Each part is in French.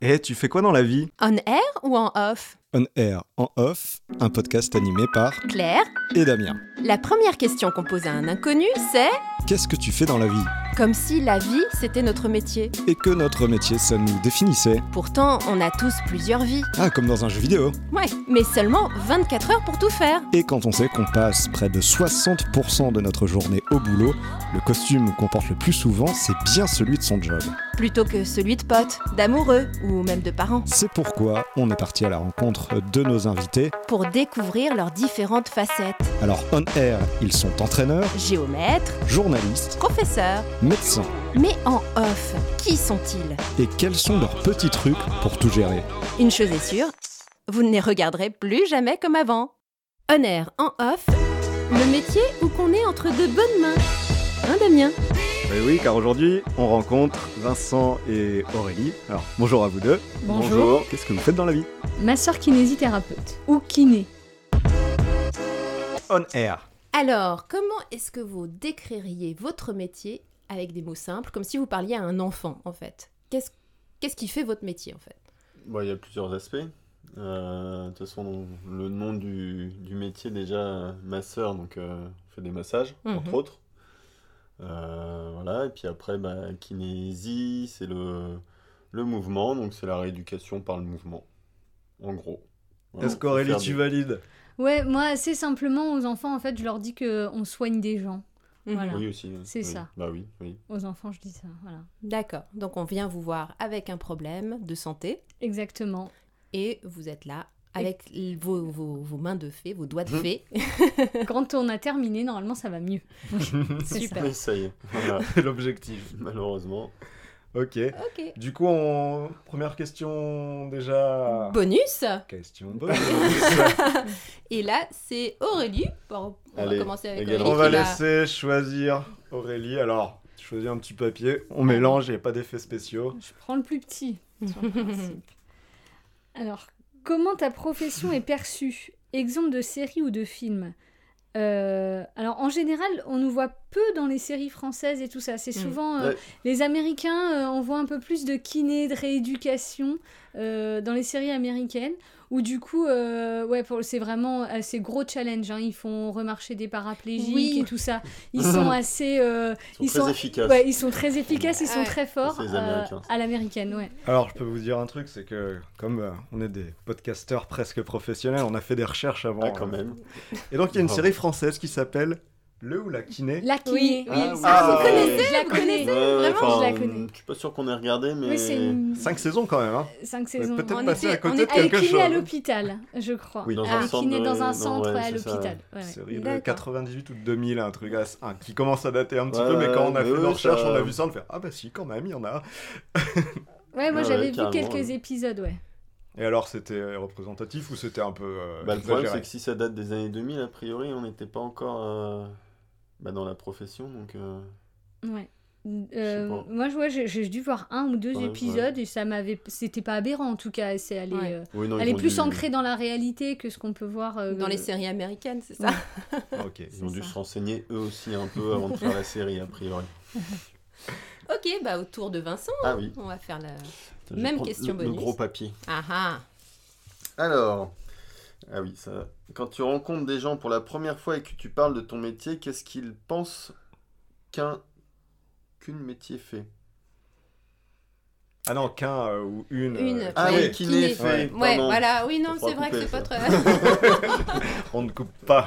Et tu fais quoi dans la vie ? On air ou en off ? On Air, en off, un podcast animé par Claire, et Damien. la première question qu'on pose à un inconnu, c'est Qu'est-ce que tu fais dans la vie ? comme si la vie, c'était notre métier. Et que notre métier, ça nous définissait. Pourtant, on a tous plusieurs vies. Ah, comme dans un jeu vidéo. Ouais, mais seulement 24 heures pour tout faire. Et quand on sait qu'on passe près de 60% de notre journée au boulot, le costume qu'on porte le plus souvent, c'est bien celui de son job. Plutôt que celui de potes, d'amoureux ou même de parents. C'est pourquoi on est parti à la rencontre de nos invités. Pour découvrir leurs différentes facettes. Alors, On Air, ils sont entraîneurs, Géomètres, journalistes, professeurs. médecins. Mais en off, qui sont-ils ? Et quels sont leurs petits trucs pour tout gérer ? Une chose est sûre, vous ne les regarderez plus jamais comme avant. On air, en off, le métier où qu'on est entre de bonnes mains. Hein, Damien ? Oui, car aujourd'hui, on rencontre Vincent et Aurélie. Alors, bonjour à vous deux. Bonjour. Qu'est-ce que vous faites dans la vie ? Masseur kinésithérapeute ou kiné. On Air. Alors, comment est-ce que vous décririez votre métier avec des mots simples, comme si vous parliez à un enfant, en fait ? Qu'est-ce qui fait votre métier, en fait ? Il y a plusieurs aspects. De toute façon, le nom du métier, déjà, masseur, donc on fait des massages, entre autres. Voilà, et puis après, kinésie, c'est le mouvement, donc c'est la rééducation par le mouvement, en gros. Voilà, Est-ce on peut qu'Aurélie, faire tu valides ? Ouais, moi assez simplement aux enfants en fait, je leur dis que on soigne des gens. Voilà. Oui, aussi. C'est oui. ça. Bah oui. Aux enfants, je dis ça, voilà. D'accord, donc on vient vous voir avec un problème de santé, Exactement. et vous êtes là avec vos mains de fée, vos doigts de fée. Quand on a terminé, normalement ça va mieux. C'est Super. Mais ça y est, voilà, C'est l'objectif. malheureusement. Ok. Ok. Du coup, première question déjà... Bonus. Question bonus. Et là, c'est Aurélie. Bon, on va Allez, commencer avec également. Aurélie. On va qui va- laisser choisir Aurélie. Alors, choisis un petit papier. On mélange, il n'y a pas d'effets spéciaux. Je prends le plus petit. Sur le principe. Alors, comment ta profession est perçue ? Exemple de série ou de film ? Alors en général, on nous voit peu dans les séries françaises et tout ça. C'est souvent Ouais. les Américains, on voit un peu plus de kiné, de rééducation dans les séries américaines. Où du coup, c'est vraiment assez gros challenge. Hein. Ils font remarcher des paraplégiques Oui. et tout ça. Ils sont assez, Ils sont très efficaces. Ouais, ils sont très efficaces, ils sont Ouais. très forts C'est les Américains. à l'américaine, ouais. Alors, je peux vous dire un truc, c'est que comme on est des podcasteurs presque professionnels, on a fait des recherches avant. Ah, quand même. Et donc, il y a une Bravo. série française qui s'appelle Le ou la kiné. La kiné. Oui, ça, ah, vous connaissez, ouais. je la connais. Vraiment, je la connais. Je suis pas sûr qu'on ait regardé, mais... Oui, c'est une... 5 saisons quand même, hein. 5 On est saisons. peut-être On passé était- à côté on de était- Elle est quelque kiné à chose. l'hôpital, je crois. Oui, dans Elle un est centre kiné de- dans un non, centre ouais, à c'est ça, l'hôpital. Ouais. Série de D'accord. 98 ou de 2000, un truc qui commence à dater un petit Ouais, peu, mais quand on a mais fait oui, nos recherches, ça- on a vu ça, on fait ah bah si, quand même, il y en a. Ouais, moi Ouais, j'avais ouais, vu carrément, quelques ouais. épisodes, ouais. Et alors, c'était représentatif ou c'était un peu Le problème, exagéré c'est que si ça date des années 2000, a priori, on n'était pas encore dans la profession, donc... Ouais. sais pas. Moi, j'ai dû voir un ou deux Ouais, épisodes et ça m'avait. C'était pas aberrant en tout cas. Elle est, Ouais. Oui, non, elle ils est ont plus dû- ancrée dans la réalité que ce qu'on peut voir Dans les séries américaines, c'est ça ? Ah, ok. Ils ont c'est dû ça. se renseigner eux aussi un peu avant de faire la série, a priori. Ok, au tour de Vincent, Ah oui. on va faire la... Attends, je vais Même prendre question le bonus. gros papier. Ah ah. Alors, ah oui, ça. Quand tu rencontres des gens pour la première fois et que tu parles de ton métier, qu'est-ce qu'ils pensent qu'une métier fait? Ah non, qu'un ou une. Ah ouais, oui, kiné fait. Ouais. Ouais, pardon. voilà, oui, non, Ça c'est fera vrai que couper, c'est pas ça. très... On ne coupe pas.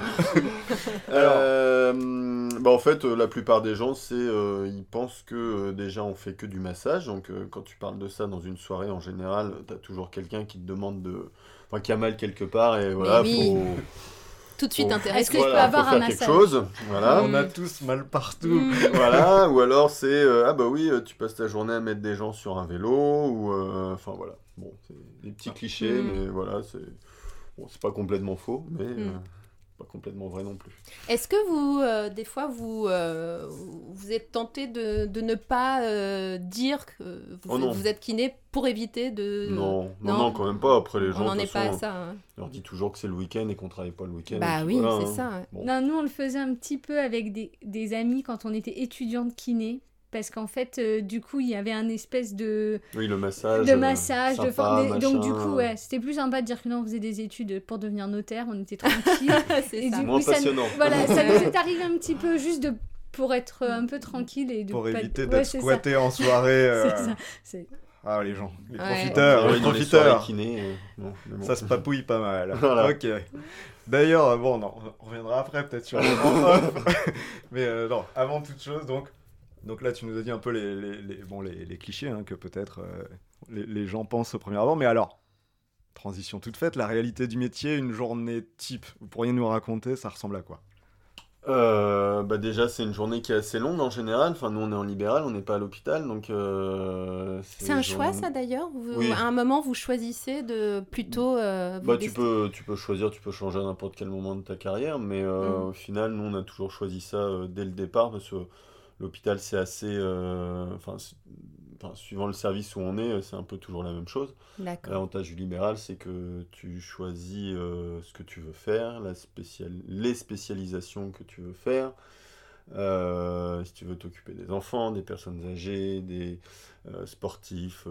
En fait, la plupart des gens, ils pensent que déjà on fait que du massage. Donc, quand tu parles de ça dans une soirée, en général, t'as toujours quelqu'un qui te demande enfin, qui a mal quelque part et voilà, oui. faut. Tout de suite faut- intéressé. Est-ce que je peux voilà, avoir faut un faire quelque massage chose, voilà. On a tous mal partout. Mm. Voilà, ou alors c'est ah bah oui, tu passes ta journée à mettre des gens sur un vélo, ou enfin voilà. Bon, c'est des petits clichés, mais voilà, c'est pas complètement faux, mais pas complètement vrai non plus. Est-ce que vous, des fois, vous êtes tenté de ne pas dire que Oh non. vous êtes kiné pour éviter de... Non, non. quand même pas. Après les gens, On n'en de est toute pas à façon, ça. Hein. on leur dit toujours que c'est le week-end et qu'on travaille pas le week-end. Bah et puis oui, voilà, c'est hein. ça. Ouais. Bon. Non, nous on le faisait un petit peu avec des amis quand on était étudiants de kiné. parce qu'en fait, du coup, il y avait un espèce de... Oui, le massage. Sympa, donc du coup, c'était plus sympa de dire que non, on faisait des études pour devenir notaire, on était tranquille. C'est ça. Moins passionnant. Ça nous est arrivé un petit peu juste pour être un peu tranquille et pour éviter d'être squatté en soirée. C'est ça. Ah, les gens, les Ouais. profiteurs, Ouais, les dans profiteurs. soirées kiné, bon. Ça se papouille pas mal. Voilà. Ok. D'ailleurs, bon, non, on reviendra après peut-être sur les off. Mais non, avant toute chose, donc là, tu nous as dit un peu les clichés que peut-être les gens pensent au premier abord. Mais alors, transition toute faite, la réalité du métier, une journée type, vous pourriez nous raconter, ça ressemble à quoi ? Déjà, c'est une journée qui est assez longue en général. Enfin, nous, on est en libéral, on n'est pas à l'hôpital, donc... c'est un choix, ça, d'ailleurs ? Oui. À un moment, vous choisissez de plutôt... tu peux choisir, tu peux changer à n'importe quel moment de ta carrière, mais au final, nous, on a toujours choisi ça dès le départ, parce que l'hôpital, c'est assez... suivant le service où on est, c'est un peu toujours la même chose. D'accord. L'avantage du libéral, c'est que tu choisis ce que tu veux faire, les spécialisations que tu veux faire. Si tu veux t'occuper des enfants, des personnes âgées, des sportifs,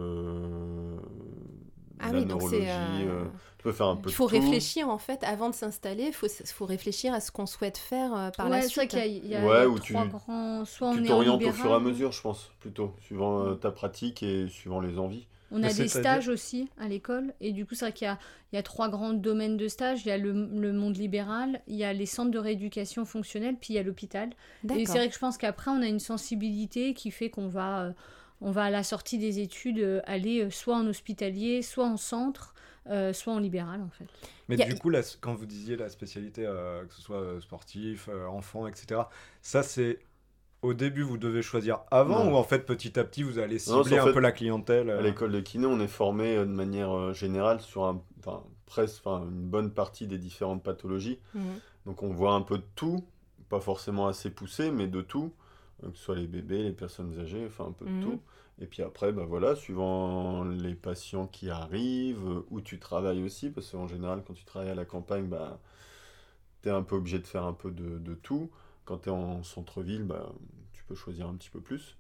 Ah la oui, donc neurologie, tu peux faire un peu de tout. Il faut réfléchir, en fait, avant de s'installer, il faut réfléchir à ce qu'on souhaite faire par la suite. C'est vrai qu'il y a trois grands... Soit on tu est en t'orientes libéral, au fur et à mesure, je pense, plutôt, suivant ta pratique et suivant les envies. On a des stages aussi à l'école, et du coup c'est vrai qu'il y a 3 grands domaines de stage. Il y a le monde libéral, il y a les centres de rééducation fonctionnelle, puis il y a l'hôpital. D'accord. Et c'est vrai que je pense qu'après on a une sensibilité qui fait qu'on va à la sortie des études aller soit en hospitalier, soit en centre, soit en libéral en fait. Mais du coup, quand vous disiez la spécialité, que ce soit sportif, enfant, etc., ça c'est... Au début, vous devez choisir avant ou en fait, petit à petit, vous allez cibler un peu la clientèle À l'école de kiné, on est formé de manière générale sur une bonne partie des différentes pathologies. Donc on voit un peu de tout, pas forcément assez poussé, mais de tout, que ce soit les bébés, les personnes âgées, enfin un peu de tout. Et puis après, suivant les patients qui arrivent, où tu travailles aussi, parce qu'en général, quand tu travailles à la campagne, tu es un peu obligé de faire un peu de tout. Quand tu es en centre-ville, tu peux choisir un petit peu plus.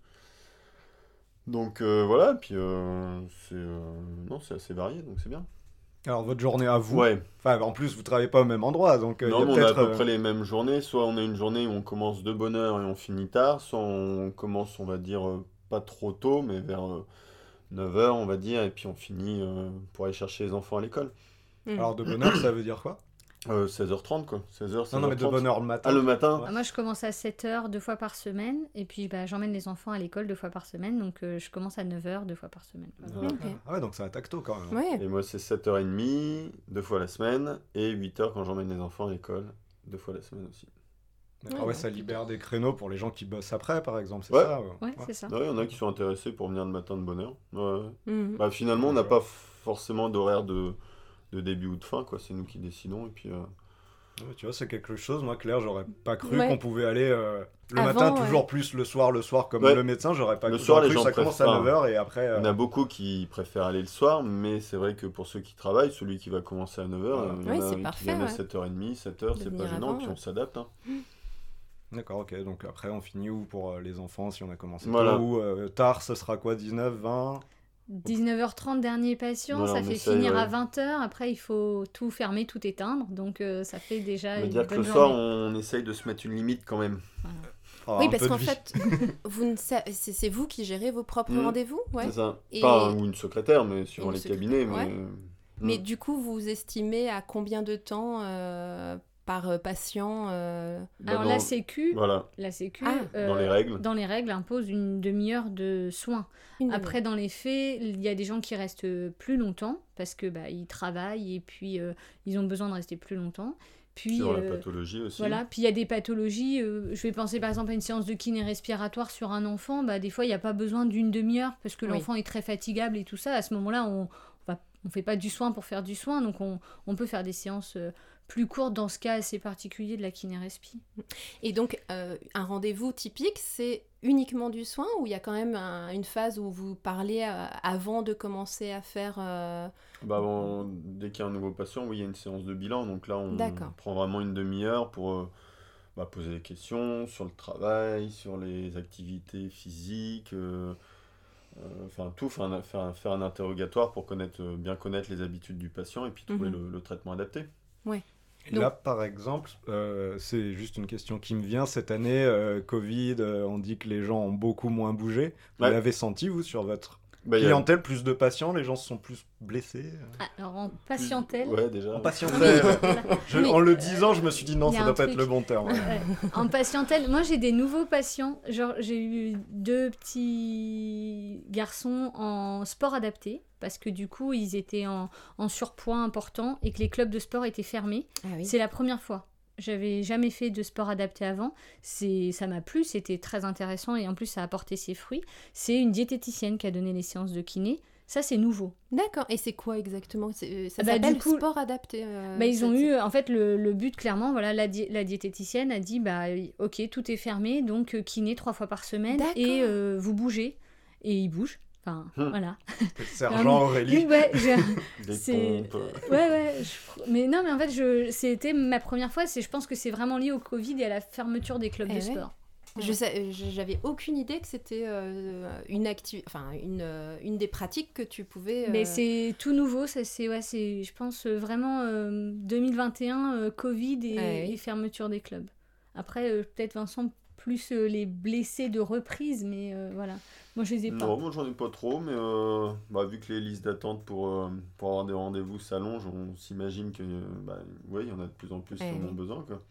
Donc voilà, puis c'est assez varié, donc c'est bien. Alors votre journée à vous, ouais. En plus vous travaillez pas au même endroit, donc non, on a à peu près les mêmes journées. Soit on a une journée où on commence de bonne heure et on finit tard, soit on commence, on va dire, pas trop tôt, mais vers 9h, on va dire, et puis on finit pour aller chercher les enfants à l'école. Alors de bonne heure, ça veut dire quoi ? 16h30 quoi. 16h, non, mais de bonne heure le matin. Ah, le matin. Moi, je commence à 7h 2 fois par semaine. Et puis, j'emmène les enfants à l'école 2 fois par semaine. Donc, je commence à 9h 2 fois par semaine. Voilà. Okay. Ah ouais, donc c'est un tacto quand même. Ouais. Et moi, c'est 7h30 2 fois la semaine. Et 8h quand j'emmène les enfants à l'école 2 fois la semaine aussi. D'accord, ça libère des créneaux pour les gens qui bossent après, par exemple, c'est ça Ouais, c'est ça. Il y en a qui sont intéressés pour venir le matin de bonne heure. Finalement, on n'a pas forcément d'horaire de début ou de fin, quoi. C'est nous qui décidons. Et puis, tu vois, c'est quelque chose, moi, Claire, j'aurais pas cru qu'on pouvait aller le matin, toujours plus le soir comme le médecin, j'aurais pas le cru. Soir, les gens ça commence à 9h et après... Il y en a beaucoup qui préfèrent aller le soir, mais c'est vrai que pour ceux qui travaillent, celui qui va commencer à 9h, il y en a qui viennent à 7h30, 7h, c'est pas gênant, puis on s'adapte. D'accord, ok, donc après on finit où pour les enfants si on a commencé tôt ou tard, ce sera quoi, 19, 20 19h30 dernier patient, ça fait finir à 20h, après il faut tout fermer, tout éteindre, donc ça fait déjà une bonne journée. Le soir on essaye de se mettre une limite quand même. Voilà. Oui, parce qu'en fait, c'est vous qui gérez vos propres rendez-vous, c'est ça. Ou une secrétaire, mais suivant les cabinets. Mais du coup, vous estimez à combien de temps par patient Alors la Sécu, dans les règles impose une demi-heure de soins. Après, dans les faits, il y a des gens qui restent plus longtemps parce que ils travaillent et puis ils ont besoin de rester plus longtemps. Puis sur la pathologie aussi. Voilà, puis il y a des pathologies, je vais penser par exemple à une séance de kiné respiratoire sur un enfant, des fois il n'y a pas besoin d'une demi-heure parce que l'enfant est très fatigable et tout ça. À ce moment-là, on fait pas du soin pour faire du soin, donc on peut faire des séances plus courtes dans ce cas assez particulier de la kiné-respi. Et donc, un rendez-vous typique, c'est uniquement du soin ou il y a quand même une phase où vous parlez avant de commencer à faire... dès qu'il y a un nouveau patient, il y a une séance de bilan, donc là on prend vraiment une demi-heure pour poser des questions sur le travail, sur les activités physiques, tout, faire un interrogatoire pour bien connaître les habitudes du patient et puis trouver le traitement adapté. Ouais. Et là, par exemple, c'est juste une question qui me vient. Cette année, Covid, on dit que les gens ont beaucoup moins bougé. Vous l'avez senti, vous, sur votre clientèle, plus de patients, les gens se sont plus blessés Alors, en patientèle... Ouais, déjà. En patientèle. En le disant, je me suis dit non, ça doit doit pas être le bon terme. En patientèle, moi j'ai des nouveaux patients. Genre, j'ai eu 2 petits garçons en sport adapté, parce que du coup, ils étaient en surpoids important et que les clubs de sport étaient fermés. Ah oui. C'est la première fois. J'avais jamais fait de sport adapté avant. Ça m'a plu, c'était très intéressant et en plus ça a apporté ses fruits. C'est une diététicienne qui a donné les séances de kiné. Ça, c'est nouveau. D'accord. Et c'est quoi exactement? Ça du s'appelle coup, sport adapté. Ils ont eu, en fait, le but, clairement, voilà, la diététicienne a dit, ok, tout est fermé, donc kiné 3 fois par semaine, et vous bougez. Et ils bougent. Enfin, voilà. Sergent Aurélie. Ouais, Des pompes. Ouais. Mais non, mais en fait, c'était ma première fois. Je pense que c'est vraiment lié au Covid et à la fermeture des clubs de sport. J'avais aucune idée que c'était une des pratiques que tu pouvais... Mais c'est tout nouveau, c'est je pense vraiment 2021, Covid et fermeture des clubs. Après, peut-être Vincent, plus les blessés de reprise, mais voilà. Moi, je les ai pas. Non, moi j'en ai pas trop, mais vu que les listes d'attente pour avoir des rendez-vous s'allongent, on s'imagine que il y en a de plus en plus qui en ont besoin, quoi.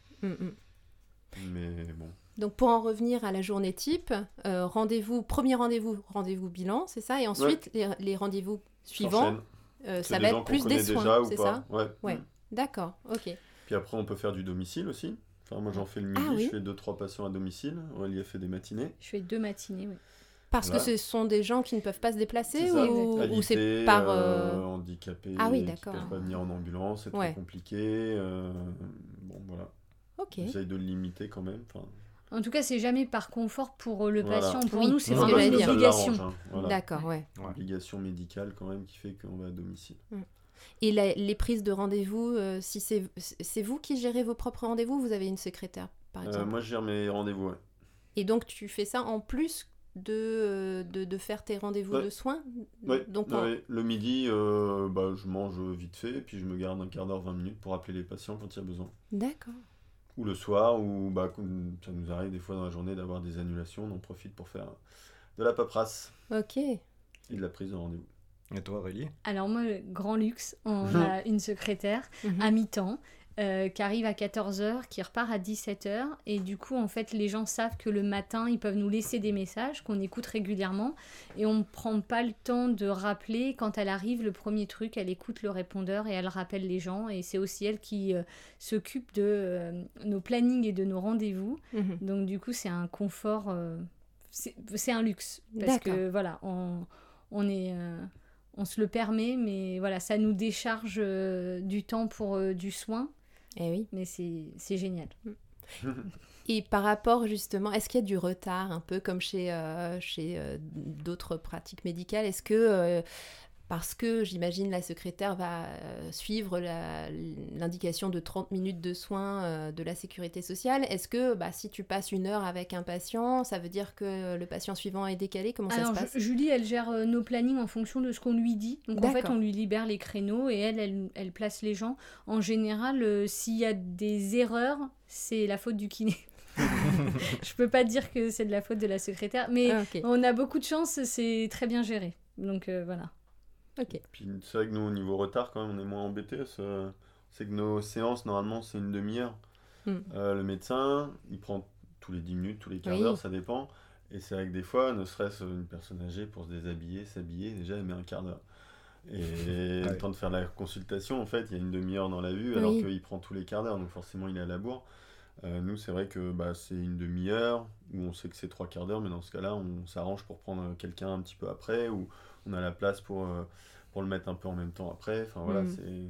Mais bon. Donc pour en revenir à la journée type, premier rendez-vous bilan, c'est ça, et ensuite les rendez-vous suivants, ça va être plus des soins, c'est ça? Ouais. D'accord, ok. Puis après on peut faire du domicile aussi. Enfin, moi j'en fais le midi, je fais 2-3 patients à domicile. Aurélie a fait des matinées. Je fais 2 matinées, oui. Parce que ce sont des gens qui ne peuvent pas se déplacer ou c'est par... handicapés, oui, qui d'accord. ne peuvent pas venir en ambulance, c'est trop compliqué. Bon, voilà. Ok. J'essaye de le limiter quand même. En tout cas, c'est jamais par confort pour le patient. Pour nous, c'est ce que vraiment j'allais une dire. obligation. Voilà. D'accord, ouais. Obligation médicale quand même qui fait qu'on va à domicile. Et les prises de rendez-vous, si c'est vous qui gérez vos propres rendez-vous, vous avez une secrétaire, par exemple? Moi, je gère mes rendez-vous, ouais. Et donc, tu fais ça en plus de faire tes rendez-vous de soins? Oui, donc, le midi, je mange vite fait, et puis je me garde un quart d'heure, 20 minutes pour appeler les patients quand il y a besoin. D'accord. Ou le soir, ou ça nous arrive des fois dans la journée d'avoir des annulations, on en profite pour faire de la paperasse. Ok. Et de la prise de rendez-vous. Et toi, Aurélie? Alors moi, grand luxe, on a une secrétaire à mi-temps qui arrive à 14h, qui repart à 17h. Et du coup, en fait, les gens savent que le matin, ils peuvent nous laisser des messages qu'on écoute régulièrement. Et on ne prend pas le temps de rappeler. Quand elle arrive, le premier truc, elle écoute le répondeur et elle rappelle les gens. Et c'est aussi elle qui s'occupe de nos plannings et de nos rendez-vous. Donc du coup, c'est un confort, c'est un luxe. Parce que voilà, on est... on se le permet, mais voilà, ça nous décharge du temps pour du soin. Eh oui. Mais c'est génial. Et par rapport justement, est-ce qu'il y a du retard un peu comme chez d'autres pratiques médicales? Est-ce que, parce que j'imagine la secrétaire va suivre l'indication de 30 minutes de soins de la sécurité sociale, est-ce que si tu passes 1 heure avec un patient, ça veut dire que le patient suivant est décalé? Comment ça se passe? Julie, elle gère nos plannings en fonction de ce qu'on lui dit. Donc en fait, on lui libère les créneaux et elle place les gens. En général, s'il y a des erreurs, c'est la faute du kiné. Je peux pas dire que c'est de la faute de la secrétaire, mais on a beaucoup de chance, c'est très bien géré. Donc voilà. Ok. Puis c'est vrai que nous, au niveau retard, quand même, on est moins embêtés. C'est que nos séances, normalement, c'est une demi-heure. Le médecin, il prend tous les 10 minutes, tous les quarts d'heure, ça dépend. Et c'est vrai que des fois, ne serait-ce une personne âgée pour se déshabiller, s'habiller, déjà, elle met un quart d'heure. Et le temps de faire la consultation, en fait, il y a une demi-heure dans la vue, alors qu'il prend tous les quarts d'heure, donc forcément, il est à la bourre. Nous, c'est vrai que c'est une demi-heure, où on sait que c'est 3 quarts d'heure, mais dans ce cas-là, on s'arrange pour prendre quelqu'un un petit peu après, ou on a la place pour le mettre un peu en même temps après. Enfin voilà,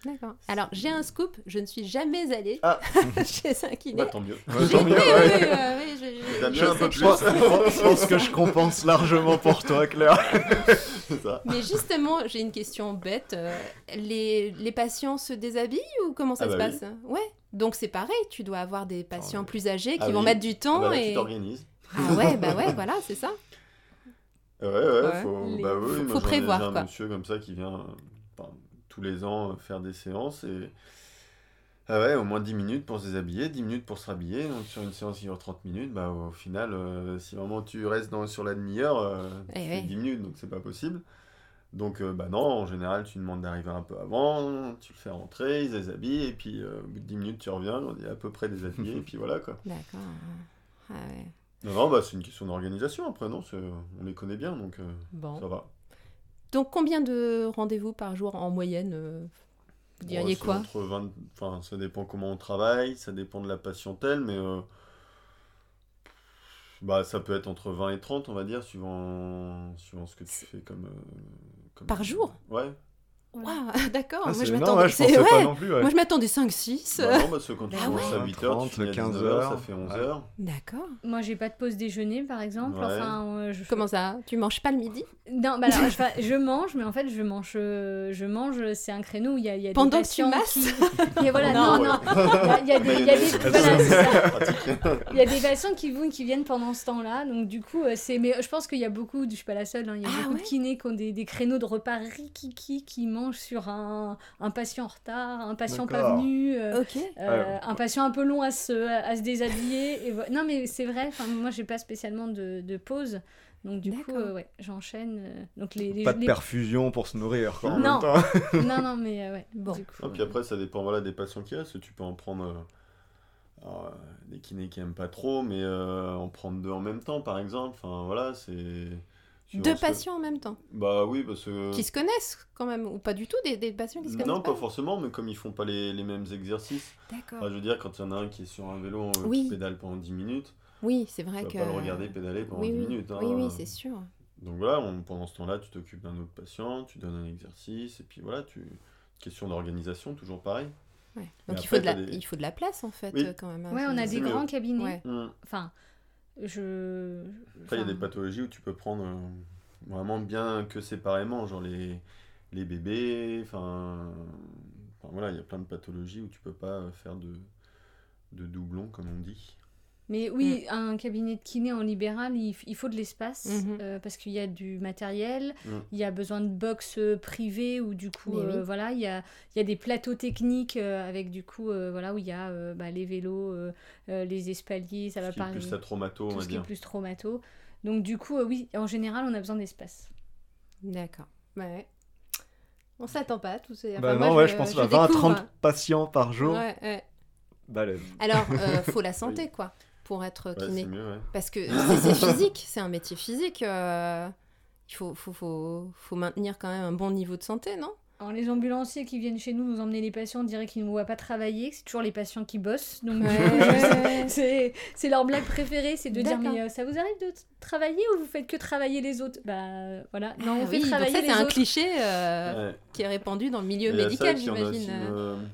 D'accord. Alors, j'ai un scoop. Je ne suis jamais allée chez un kiné. Bah, tant mieux. Tant mieux, ouais. Damien, un peu plus. Je pense que je compense largement pour toi, Claire. C'est ça. Mais justement, j'ai une question bête. Les patients se déshabillent ou comment ça se bah passe? Ouais. Donc c'est pareil, tu dois avoir des patients plus âgés qui Ah vont oui. mettre du temps Bah, là, et... tu t'organises. Ah ouais, bah ouais, voilà, c'est ça. Ouais, faut, Les- bah oui, faut moi, prévoir, j'ai un quoi. monsieur comme ça qui vient tous les ans faire des séances et ah ouais, au moins 10 minutes pour se déshabiller, 10 minutes pour se rhabiller. Donc sur une séance qui dure 30 minutes, bah au final, si vraiment tu restes sur la demi-heure, Eh tu fais ouais. 10 minutes, donc c'est pas possible. Donc bah non, en général, tu demandes d'arriver un peu avant, tu le fais rentrer, ils se déshabillent, et puis au bout de 10 minutes, tu reviens, on est à peu près déshabillé, et puis voilà quoi. D'accord. Ah ouais. Non, bah c'est une question d'organisation après, non, on les connaît bien, donc Bon. ça va. Donc combien de rendez-vous par jour en moyenne vous diriez C'est quoi? entre 20... Enfin, ça dépend comment on travaille, ça dépend de la patientèle, mais bah, ça peut être entre 20 et 30, on va dire, suivant ce que tu fais comme... Par jour? Ouais. Waouh, d'accord. Ah, Moi, c'est je énorme, m'attendais... je pensais ouais. pas non plus. Ouais. Moi, je m'attendais 5-6. Bah non, parce que quand tu Ah commences ouais. à 8h, tu finis à 15 19h, heures. ça fait 11h. Ouais. D'accord. Moi, j'ai pas de pause déjeuner, par exemple. Ouais. Enfin, Comment ça? Tu manges pas le midi? Non, bah alors, je mange, mais en fait, je mange, c'est un créneau où il y a Pendant des que tu patients masses? qui... Et voilà, Non, non. Il y a des... Voilà, c'est ça. Il y a des patients qui viennent pendant ce temps-là, donc du coup, c'est... Mais je pense qu'il y a beaucoup, je suis pas la seule, hein, il y a beaucoup de kinés qui ont des créneaux de repas rikiki qui mangent sur un patient en retard, un patient pas D'accord. venu, Ok. un patient un peu long à se déshabiller. Non, mais c'est vrai, moi, j'ai pas spécialement de pause, donc du coup, D'accord. ouais, j'enchaîne. Donc Pas de perfusion pour se nourrir, quoi, en Non. même temps. Non, mais ouais. Bon. Du coup, Et puis après, ça dépend voilà, des patients qu'il y a, parce que tu peux en prendre des kinés qui aiment pas trop, mais en prendre 2 en même temps, par exemple. Enfin, voilà, c'est... suivant 2 ce que- patients en même temps? Bah oui, parce que... Qui se connaissent quand même? Ou pas du tout? Des patients qui se connaissent Non, pas forcément, mais comme ils font pas les mêmes exercices. D'accord. Enfin, je veux dire, quand il y en a un qui est sur un vélo Oui. qui pédale pendant 10 minutes, Oui, c'est tu vrai vas que... pas le regarder pédaler pendant oui, 10 oui. minutes. Hein. Oui, c'est sûr. Donc voilà, pendant ce temps-là, tu t'occupes d'un autre patient, tu donnes un exercice, et puis voilà, question d'organisation, toujours pareil. Ouais. Mais Donc après, il faut de la place en fait Oui. quand même. hein. ouais, on a c'est des mieux. grands cabinets. Ouais. Enfin, Après, il y a enfin, des pathologies où tu peux prendre vraiment bien que séparément, genre les bébés, enfin voilà, il y a plein de pathologies où tu peux pas faire de doublons, comme on dit. Mais oui, un cabinet de kiné en libéral, il faut de l'espace Mhm. parce qu'il y a du matériel, Mhm. il y a besoin de box privées où du coup, Mais oui. voilà, il y a des plateaux techniques avec du coup, voilà, où il y a les vélos, les espaliers, ça Tout va ce qui est parler. plus la traumato, on Tout va ce qui est dire. plus traumato. Donc du coup, oui, en général, on a besoin d'espace. D'accord. Ouais. On s'attend pas à tout ça. Bah Enfin, non, moi, ouais, je pense à 20 à découvre. 30 patients par jour. Ouais, ouais. Balèze. Alors, faut la santé quoi pour être Ouais, kiné. c'est mieux, ouais. Parce que c'est physique, c'est un métier physique. Il faut maintenir quand même un bon niveau de santé, non? Alors, les ambulanciers qui viennent chez nous emmener les patients, on dirait qu'ils ne nous voient pas travailler, que c'est toujours les patients qui bossent. Donc, Ouais. c'est leur blague préférée, c'est de dire D'accord. mais ça vous arrive de travailler ou vous faites que travailler les autres? Bah voilà, non, on Ah fait oui, donc travailler ça, les c'est un autres. cliché Ouais. qui est répandu dans le milieu Et il y a médical, ça, puis on a aussi j'imagine.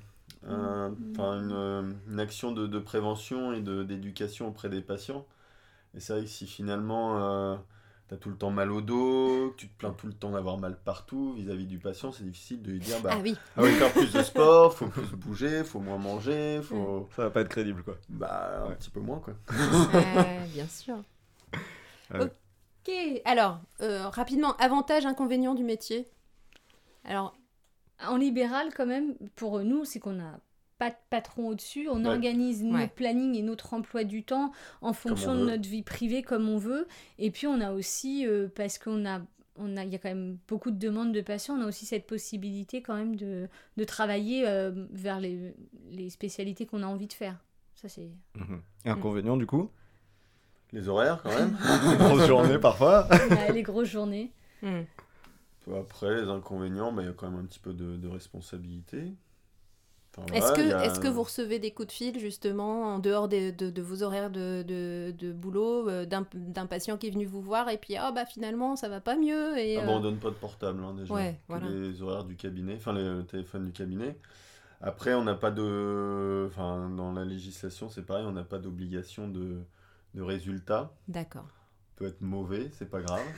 une action de prévention et d'éducation auprès des patients. Et c'est vrai que si finalement tu as tout le temps mal au dos, que tu te plains tout le temps d'avoir mal partout vis-à-vis du patient, c'est difficile de lui dire Ah oui. faut faire plus de sport, faut plus bouger, faut moins manger, faut... Ça va pas être crédible, quoi. Bah, un Ouais. petit peu moins, quoi. Ouais, bien sûr. Ouais. Ok, alors, rapidement, avantages, inconvénients du métier. Alors, En libéral, quand même, pour nous, c'est qu'on n'a pas de patron au-dessus. On Ouais. organise Ouais. notre planning et notre emploi du temps en fonction on de veut. notre vie privée comme on veut. Et puis, on a aussi, parce il y a quand même beaucoup de demandes de patients, on a aussi cette possibilité quand même de travailler vers les spécialités qu'on a envie de faire. Ça, c'est... Inconvénient, du coup. Les horaires, quand même. Grosse journée, parfois. les grosses journées. Après, les inconvénients, bah, il y a quand même un petit peu de responsabilité. Enfin, voilà, Est-ce que vous recevez des coups de fil, justement, en dehors de vos horaires de boulot, d'un patient qui est venu vous voir et puis, finalement, ça va pas mieux et, on donne pas de portable, déjà. Ouais, Que voilà. les horaires du cabinet, enfin, les téléphones du cabinet. Après, on n'a pas enfin, dans la législation, c'est pareil, on n'a pas d'obligation de résultat. D'accord. Peut être mauvais, c'est pas grave.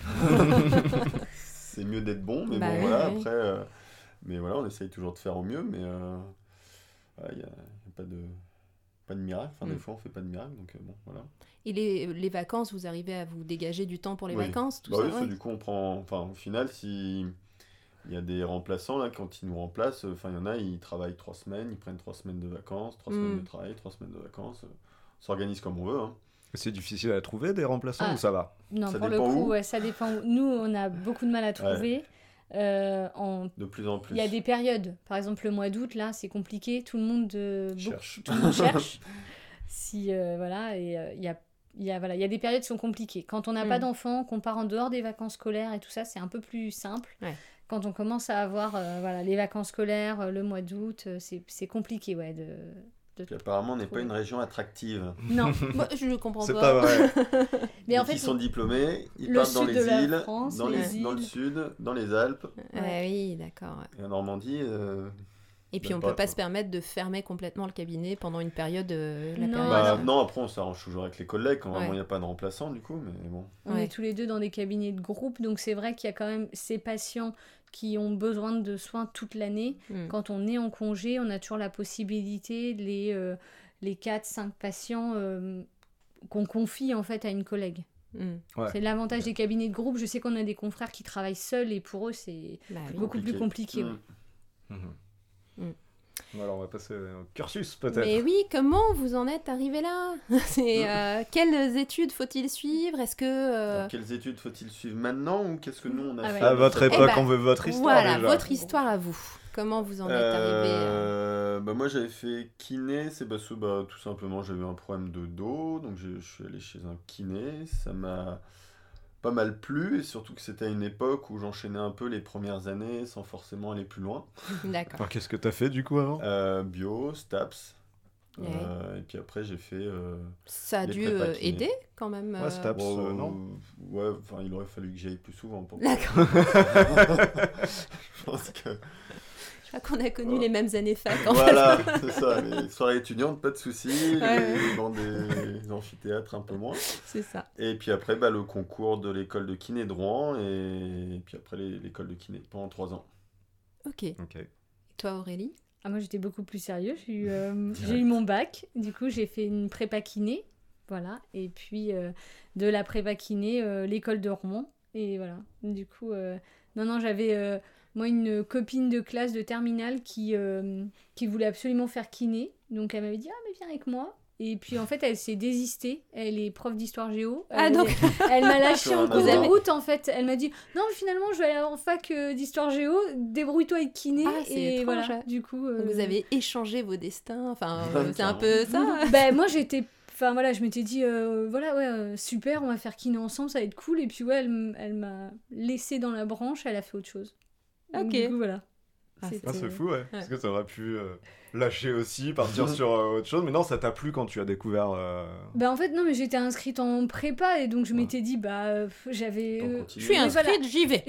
C'est mieux d'être bon, mais Bah bon, oui, voilà, oui. après... mais voilà, on essaye toujours de faire au mieux, mais il n'y a pas de miracle. Enfin, des fois, on fait pas de miracle, donc bon, voilà. Et les vacances, vous arrivez à vous dégager du temps pour les Oui. vacances, tout Bah ça oui, ouais. du coup, on prend... Enfin, au final, si... Il y a des remplaçants, là, quand ils nous remplacent, enfin, il y en a, ils travaillent 3 semaines, ils prennent 3 semaines de vacances, 3 semaines de travail, 3 semaines de vacances. On s'organise comme on veut, hein. C'est difficile à trouver des remplaçants ou ça va? Non, Ça pour le dépend coup, où. ouais, ça dépend où. Nous, on a beaucoup de mal à trouver. De plus en plus. Il y a des périodes. Par exemple, le mois d'août, là, c'est compliqué. Tout le monde Cherche. tout le monde cherche. Voilà, et il y a des périodes qui sont compliquées. Quand on n'a pas d'enfants, qu'on part en dehors des vacances scolaires et tout ça, c'est un peu plus simple. Ouais. Quand on commence à avoir les vacances scolaires, le mois d'août, c'est compliqué, ouais, Puis apparemment, on n'est pas une région attractive. Non. Moi, je ne comprends C'est pas. pas vrai. Mais en Dès fait, qu'ils sont diplômés, ils le partent dans sud les de la îles, France, dans les le îles. sud, dans les Alpes, Oui, d'accord. Ouais. et en Normandie. Et puis Même on pas, peut pas quoi. se permettre de fermer complètement le cabinet pendant une période. La Non. période. Non, après, on s'arrange toujours avec les collègues quand Ouais. vraiment il n'y a pas de remplaçant, du coup, mais bon. On Ouais. est tous les deux dans des cabinets de groupe, donc c'est vrai qu'il y a quand même ces patients qui ont besoin de soins toute l'année. Quand on est en congé, on a toujours la possibilité, les 4-5 patients qu'on confie en fait à une collègue. Ouais. C'est l'avantage des cabinets de groupe. Je sais qu'on a des confrères qui travaillent seuls et pour eux c'est Bah oui. beaucoup plus compliqué. Ouais. Alors on va passer au cursus peut-être. Mais oui, comment vous en êtes arrivé là? Quelles études faut-il suivre? Est-ce que... Alors, quelles études faut-il suivre maintenant ou qu'est-ce que nous on a Ah ouais. fait À votre Eh époque, ben, on veut votre histoire Voilà, déjà. votre histoire à vous. Comment vous en êtes arrivé Moi j'avais fait kiné, c'est parce que tout simplement j'avais un problème de dos, donc je suis allé chez un kiné, ça m'a pas mal plu, et surtout que c'était à une époque où j'enchaînais un peu les premières années sans forcément aller plus loin. D'accord. Alors qu'est-ce que t'as fait du coup avant? Bio, STAPS, Ouais. et puis après j'ai fait... Ça a les dû prépas kinés. aider quand même. Ouais, STAPS, non? Ouais, enfin il aurait fallu que j'y aille plus souvent pour... D'accord. Je pense que... Je crois qu'on a connu les mêmes années fac. En Voilà, c'est ça, les soirées étudiantes, pas de soucis, Ouais. dans des amphithéâtres un peu moins. fait. C'est ça. Et puis après, le concours de l'école de kiné de Rouen, et puis après l'école de kiné pendant 3 ans. Ok. Et Ok. toi Aurélie? Ah, moi j'étais beaucoup plus sérieux. J'ai eu mon bac, du coup j'ai fait une prépa kiné, voilà, et puis de la prépa kiné, l'école de Rouen, et voilà. Du coup, non, j'avais moi une copine de classe de terminale qui voulait absolument faire kiné, donc elle m'avait dit ah mais viens avec moi. Et puis en fait elle s'est désistée, elle est prof d'histoire géo. Donc Elle m'a lâché Sur en un cours de hasard. route en fait. Elle m'a dit non mais finalement je vais aller en fac d'histoire géo, débrouille-toi avec kiné. Ah, c'est et étrange. voilà. Du coup, vous avez échangé vos destins. Enfin, Ouais, c'est un peu ça. ben moi j'étais, enfin voilà, je m'étais dit voilà ouais super, on va faire kiné ensemble, ça va être cool. Et puis ouais, elle m'a laissé dans la branche, elle a fait autre chose. Donc, Ok. du coup voilà. Ah, C'était- Ah, c'est fou, ouais. Parce que ça aurait pu lâcher aussi, partir sur autre chose. Mais non, ça t'a plu quand tu as découvert. Bah en fait non mais j'étais inscrite en prépa et donc je m'étais dit j'avais Donc, Je continue. suis Mais voilà. inscrite, j'y vais.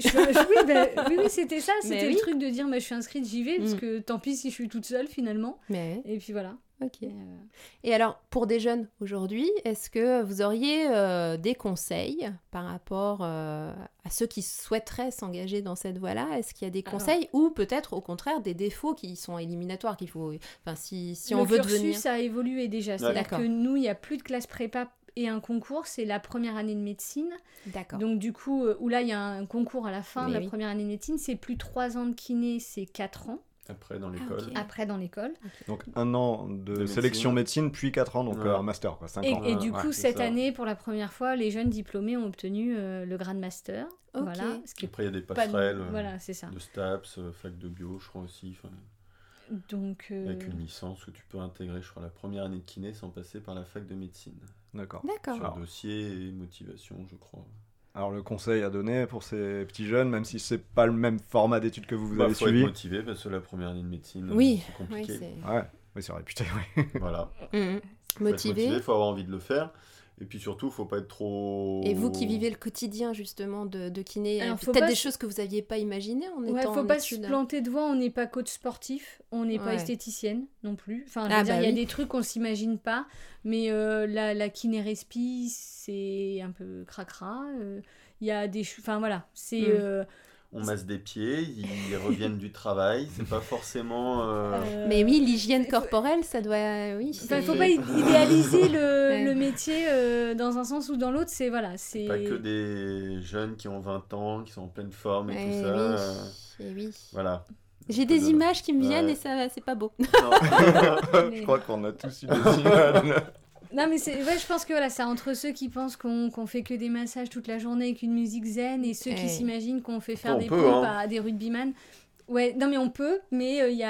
oui, c'était ça, Mais c'était oui. le truc de dire je suis inscrite, j'y vais, parce Mm. que tant pis si je suis toute seule finalement. Mais Et puis voilà. ok. Et, Et alors, pour des jeunes aujourd'hui, est-ce que vous auriez des conseils par rapport à ceux qui souhaiteraient s'engager dans cette voie-là? Est-ce qu'il y a des Alors- conseils ou peut-être au contraire des défauts qui sont éliminatoires qu'il faut... Enfin, si le on veut cursus devenir... a évolué déjà, c'est-à-dire D'accord. que nous, il n'y a plus de classe prépa et un concours, c'est la première année de médecine. D'accord. Donc du coup, où là il y a un concours à la fin Mais de la oui. première année de médecine, c'est plus 3 ans de kiné, c'est 4 ans Après dans l'école. ok. après dans l'école. Donc 1 an de De sélection médecine, puis 4 ans, donc Ouais. un master, quoi. 5 Et, ans. et du Ouais, coup, c'est cette ça. année, pour la première fois, les jeunes diplômés ont obtenu le grade master. Ok. Voilà, ce qui est Après il y a des pas... passerelles Voilà, c'est ça. de STAPS, fac de bio, je crois aussi. Donc, Avec une licence où tu peux intégrer, je crois, la première année de kiné sans passer par la fac de médecine. D'accord. D'accord. Sur Alors. dossier et motivation, je crois. Alors le conseil à donner pour ces petits jeunes, même si c'est pas le même format d'études que vous avez faut suivi. être motivé parce que la première année de médecine, Oui, c'est compliqué. Oui, c'est réputé, oui. Voilà. Motivé. Il faut avoir envie de le faire. Et puis surtout, faut pas être trop... Et vous qui vivez le quotidien justement de kiné, Alors, faut peut-être pas des choses que vous n'aviez pas imaginées en étant faut en pas études. se planter de voix, on n'est pas coach sportif, on n'est pas Ouais. esthéticienne non plus. Enfin, Ah, il y a oui. des trucs qu'on s'imagine pas, mais la kiné-respi, c'est un peu cracra. Il y a des... Enfin voilà, c'est... On masse des pieds, ils reviennent du travail, c'est pas forcément... Mais oui, l'hygiène corporelle, ça doit... Oui, Enfin, il faut pas idéaliser le métier dans un sens ou dans l'autre, c'est pas que des jeunes qui ont 20 ans, qui sont en pleine forme et tout ça. Oui. Voilà. J'ai des images qui me viennent Ouais. et ça, c'est pas beau. Je crois qu'on a tous eu des images. Non, mais je pense que c'est entre ceux qui pensent qu'on fait que des massages toute la journée avec une musique zen et ceux qui s'imaginent qu'on fait faire des pompes à des rugbyman. Ouais, non, mais on peut, mais il y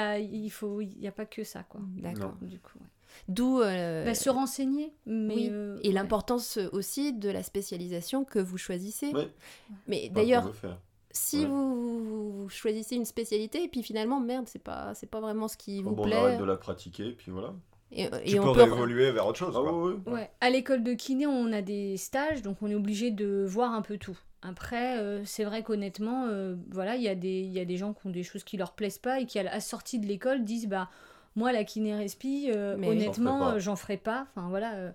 a pas que ça, quoi. D'accord. Non. Du coup, ouais. D'où... Se renseigner. Mais, oui. Et l'importance aussi de la spécialisation que vous choisissez. Oui. Mais d'ailleurs, Faut le faire. si vous choisissez une spécialité et puis finalement, merde, c'est pas vraiment ce qui vous On plaît. arrête de la pratiquer, puis voilà. Et Tu on peux peut évoluer vers autre chose. Ah quoi. oui. Ouais. À l'école de kiné, on a des stages, donc on est obligé de voir un peu tout. Après, c'est vrai qu'honnêtement, il y a des gens qui ont des choses qui leur plaisent pas et qui, à la sortie de l'école, disent moi, la kiné-respi, honnêtement, j'en ferai pas. Enfin, voilà,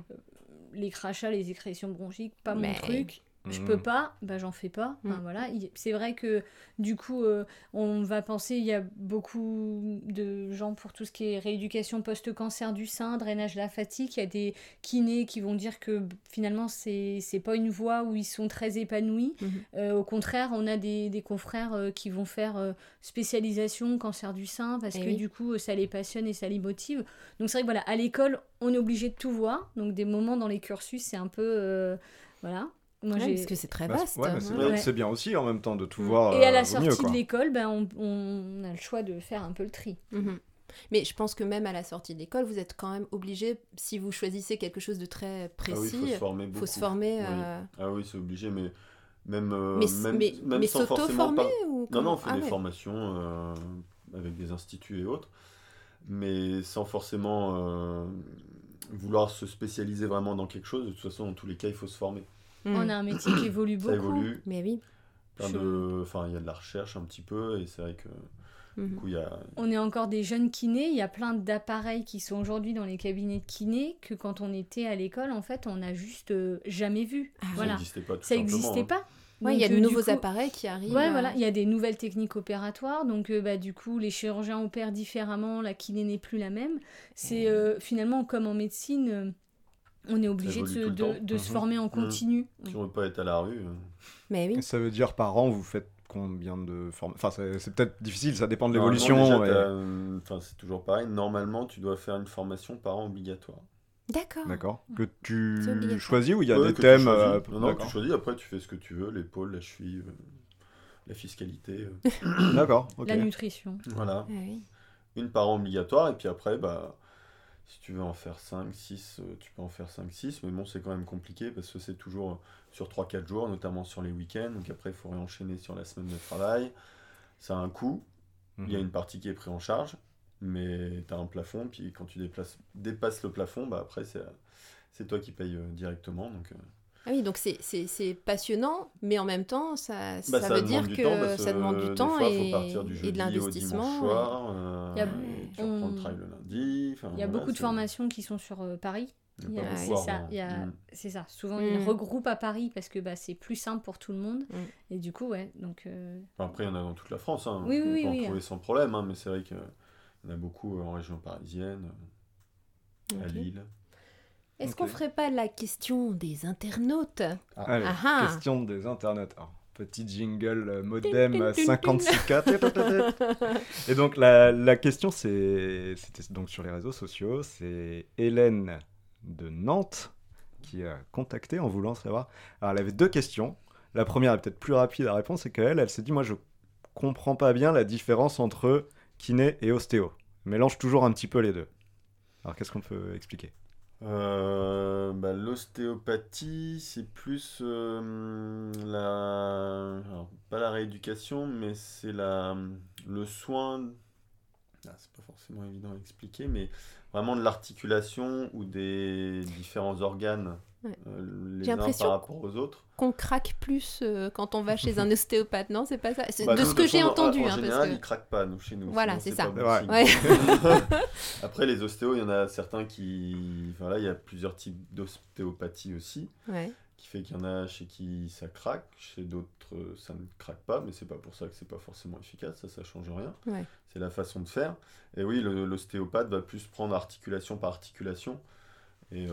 les crachats, les excrétions bronchiques, pas mon truc. Je peux pas, j'en fais pas. Enfin, voilà. C'est vrai que du coup, on va penser, il y a beaucoup de gens pour tout ce qui est rééducation post-cancer du sein, drainage lymphatique. Il y a des kinés qui vont dire que finalement, c'est pas une voie où ils sont très épanouis. Au contraire, on a des confrères qui vont faire spécialisation cancer du sein parce que du coup, ça les passionne et ça les motive. Donc c'est vrai que voilà, à l'école, on est obligé de tout voir. Donc des moments dans les cursus, c'est un peu... voilà. Moi, parce que c'est très vaste. C'est bien aussi en même temps de tout voir. Et à la sortie de l'école, on a le choix de faire un peu le tri. Mais je pense que même à la sortie de l'école, vous êtes quand même obligé, si vous choisissez quelque chose de très précis, il faut se former beaucoup. Ah oui, c'est obligé, mais même sans s'auto-former ou non, on fait des formations avec des instituts et autres, mais sans forcément vouloir se spécialiser vraiment dans quelque chose. De toute façon, dans tous les cas, il faut se former. On a un métier qui évolue beaucoup. Ça évolue. Mais oui. Il y a de la recherche un petit peu, et c'est vrai que du coup, il y a... On est encore des jeunes kinés, il y a plein d'appareils qui sont aujourd'hui dans les cabinets de kinés que quand on était à l'école, en fait, on n'a juste jamais vu. Ça n'existait pas, ça n'existait pas. Ouais, il y a de nouveaux appareils qui arrivent. Ouais, voilà, il y a des nouvelles techniques opératoires, donc du coup, les chirurgiens opèrent différemment, la kiné n'est plus la même. C'est finalement comme en médecine... on est obligé de se former en continu. Si on ne veut pas être à la rue. Mais oui. Ça veut dire par an, vous faites combien de formations? Enfin, c'est peut-être difficile, ça dépend de l'évolution. C'est toujours pareil. Normalement, tu dois faire une formation par an obligatoire. D'accord. Que tu choisis ou il y a des que thèmes Non, tu choisis. Après, tu fais ce que tu veux. L'épaule, la cheville, la fiscalité. D'accord. Okay. La nutrition. Voilà. Ah, oui. Une par an obligatoire. Et puis après, si tu veux en faire 5, 6, tu peux en faire 5, 6, mais bon, c'est quand même compliqué parce que c'est toujours sur 3-4 jours, notamment sur les week-ends. Donc après, il faut réenchaîner sur la semaine de travail. Ça a un coût. Il y a une partie qui est prise en charge, mais tu as un plafond. Puis quand tu dépasses le plafond, après, c'est toi qui payes directement. Donc, Ah oui, donc c'est passionnant, mais en même temps, ça veut dire que ça demande du temps et de l'investissement. Tu reprends le travail le lundi. Il y a beaucoup de formations qui sont sur Paris. C'est ça. Souvent, ils regroupent à Paris parce que c'est plus simple pour tout le monde. Et du coup, donc... Après, il y en a dans toute la France. On peut en trouver sans problème, mais c'est vrai qu'il y en a beaucoup en région parisienne, à Lille. Est-ce qu'on ferait pas la question des internautes? Allez, question des internautes. Alors, petit jingle modem 56K. Et donc, la question, c'était donc sur les réseaux sociaux. C'est Hélène de Nantes qui a contacté en voulant savoir. Alors, elle avait 2 questions. La première est peut-être plus rapide à répondre, c'est elle s'est dit, moi, je comprends pas bien la différence entre kiné et ostéo. Je mélange toujours un petit peu les deux. Alors, qu'est-ce qu'on peut expliquer? L'ostéopathie, c'est plus alors, pas la rééducation, mais c'est le soin. C'est pas forcément évident à expliquer, mais vraiment de l'articulation ou des différents organes, Ouais. les J'ai uns l'impression par rapport aux autres. qu'on craque plus quand on va chez un ostéopathe, non? C'est pas ça? Bah, De nous, ce de que toute j'ai façon, entendu, en hein, général, parce ils que... craquent pas, nous, chez nous. Voilà, Sinon, c'est ça. pas bon Ouais. signe. Ouais. Après, les ostéos, il y en a certains qui. Voilà, il y a plusieurs types d'ostéopathie aussi, Ouais. qui fait qu'il y en a chez qui ça craque, chez d'autres ça ne craque pas, mais c'est pas pour ça que c'est pas forcément efficace, ça change rien. Ouais. C'est la façon de faire. Et oui, l'ostéopathe va plus prendre articulation par articulation. Et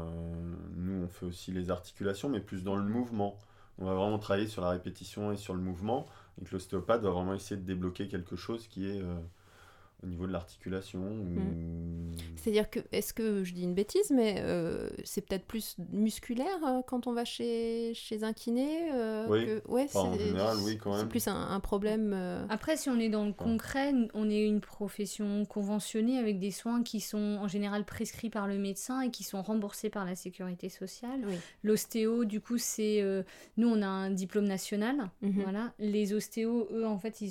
nous, on fait aussi les articulations, mais plus dans le mouvement. On va vraiment travailler sur la répétition et sur le mouvement. Donc l'ostéopathe va vraiment essayer de débloquer quelque chose qui est au niveau de l'articulation. C'est-à-dire que, est-ce que je dis une bêtise, mais c'est peut-être plus musculaire quand on va chez un kiné Oui. Ouais, Enfin, en général, oui, quand c'est même. plus un problème... Après, si on est dans le concret, on est une profession conventionnée avec des soins qui sont en général prescrits par le médecin et qui sont remboursés par la sécurité sociale. Oui. L'ostéo, du coup, c'est... nous, on a un diplôme national. Mhm. Voilà. Les ostéos, eux, en fait, ils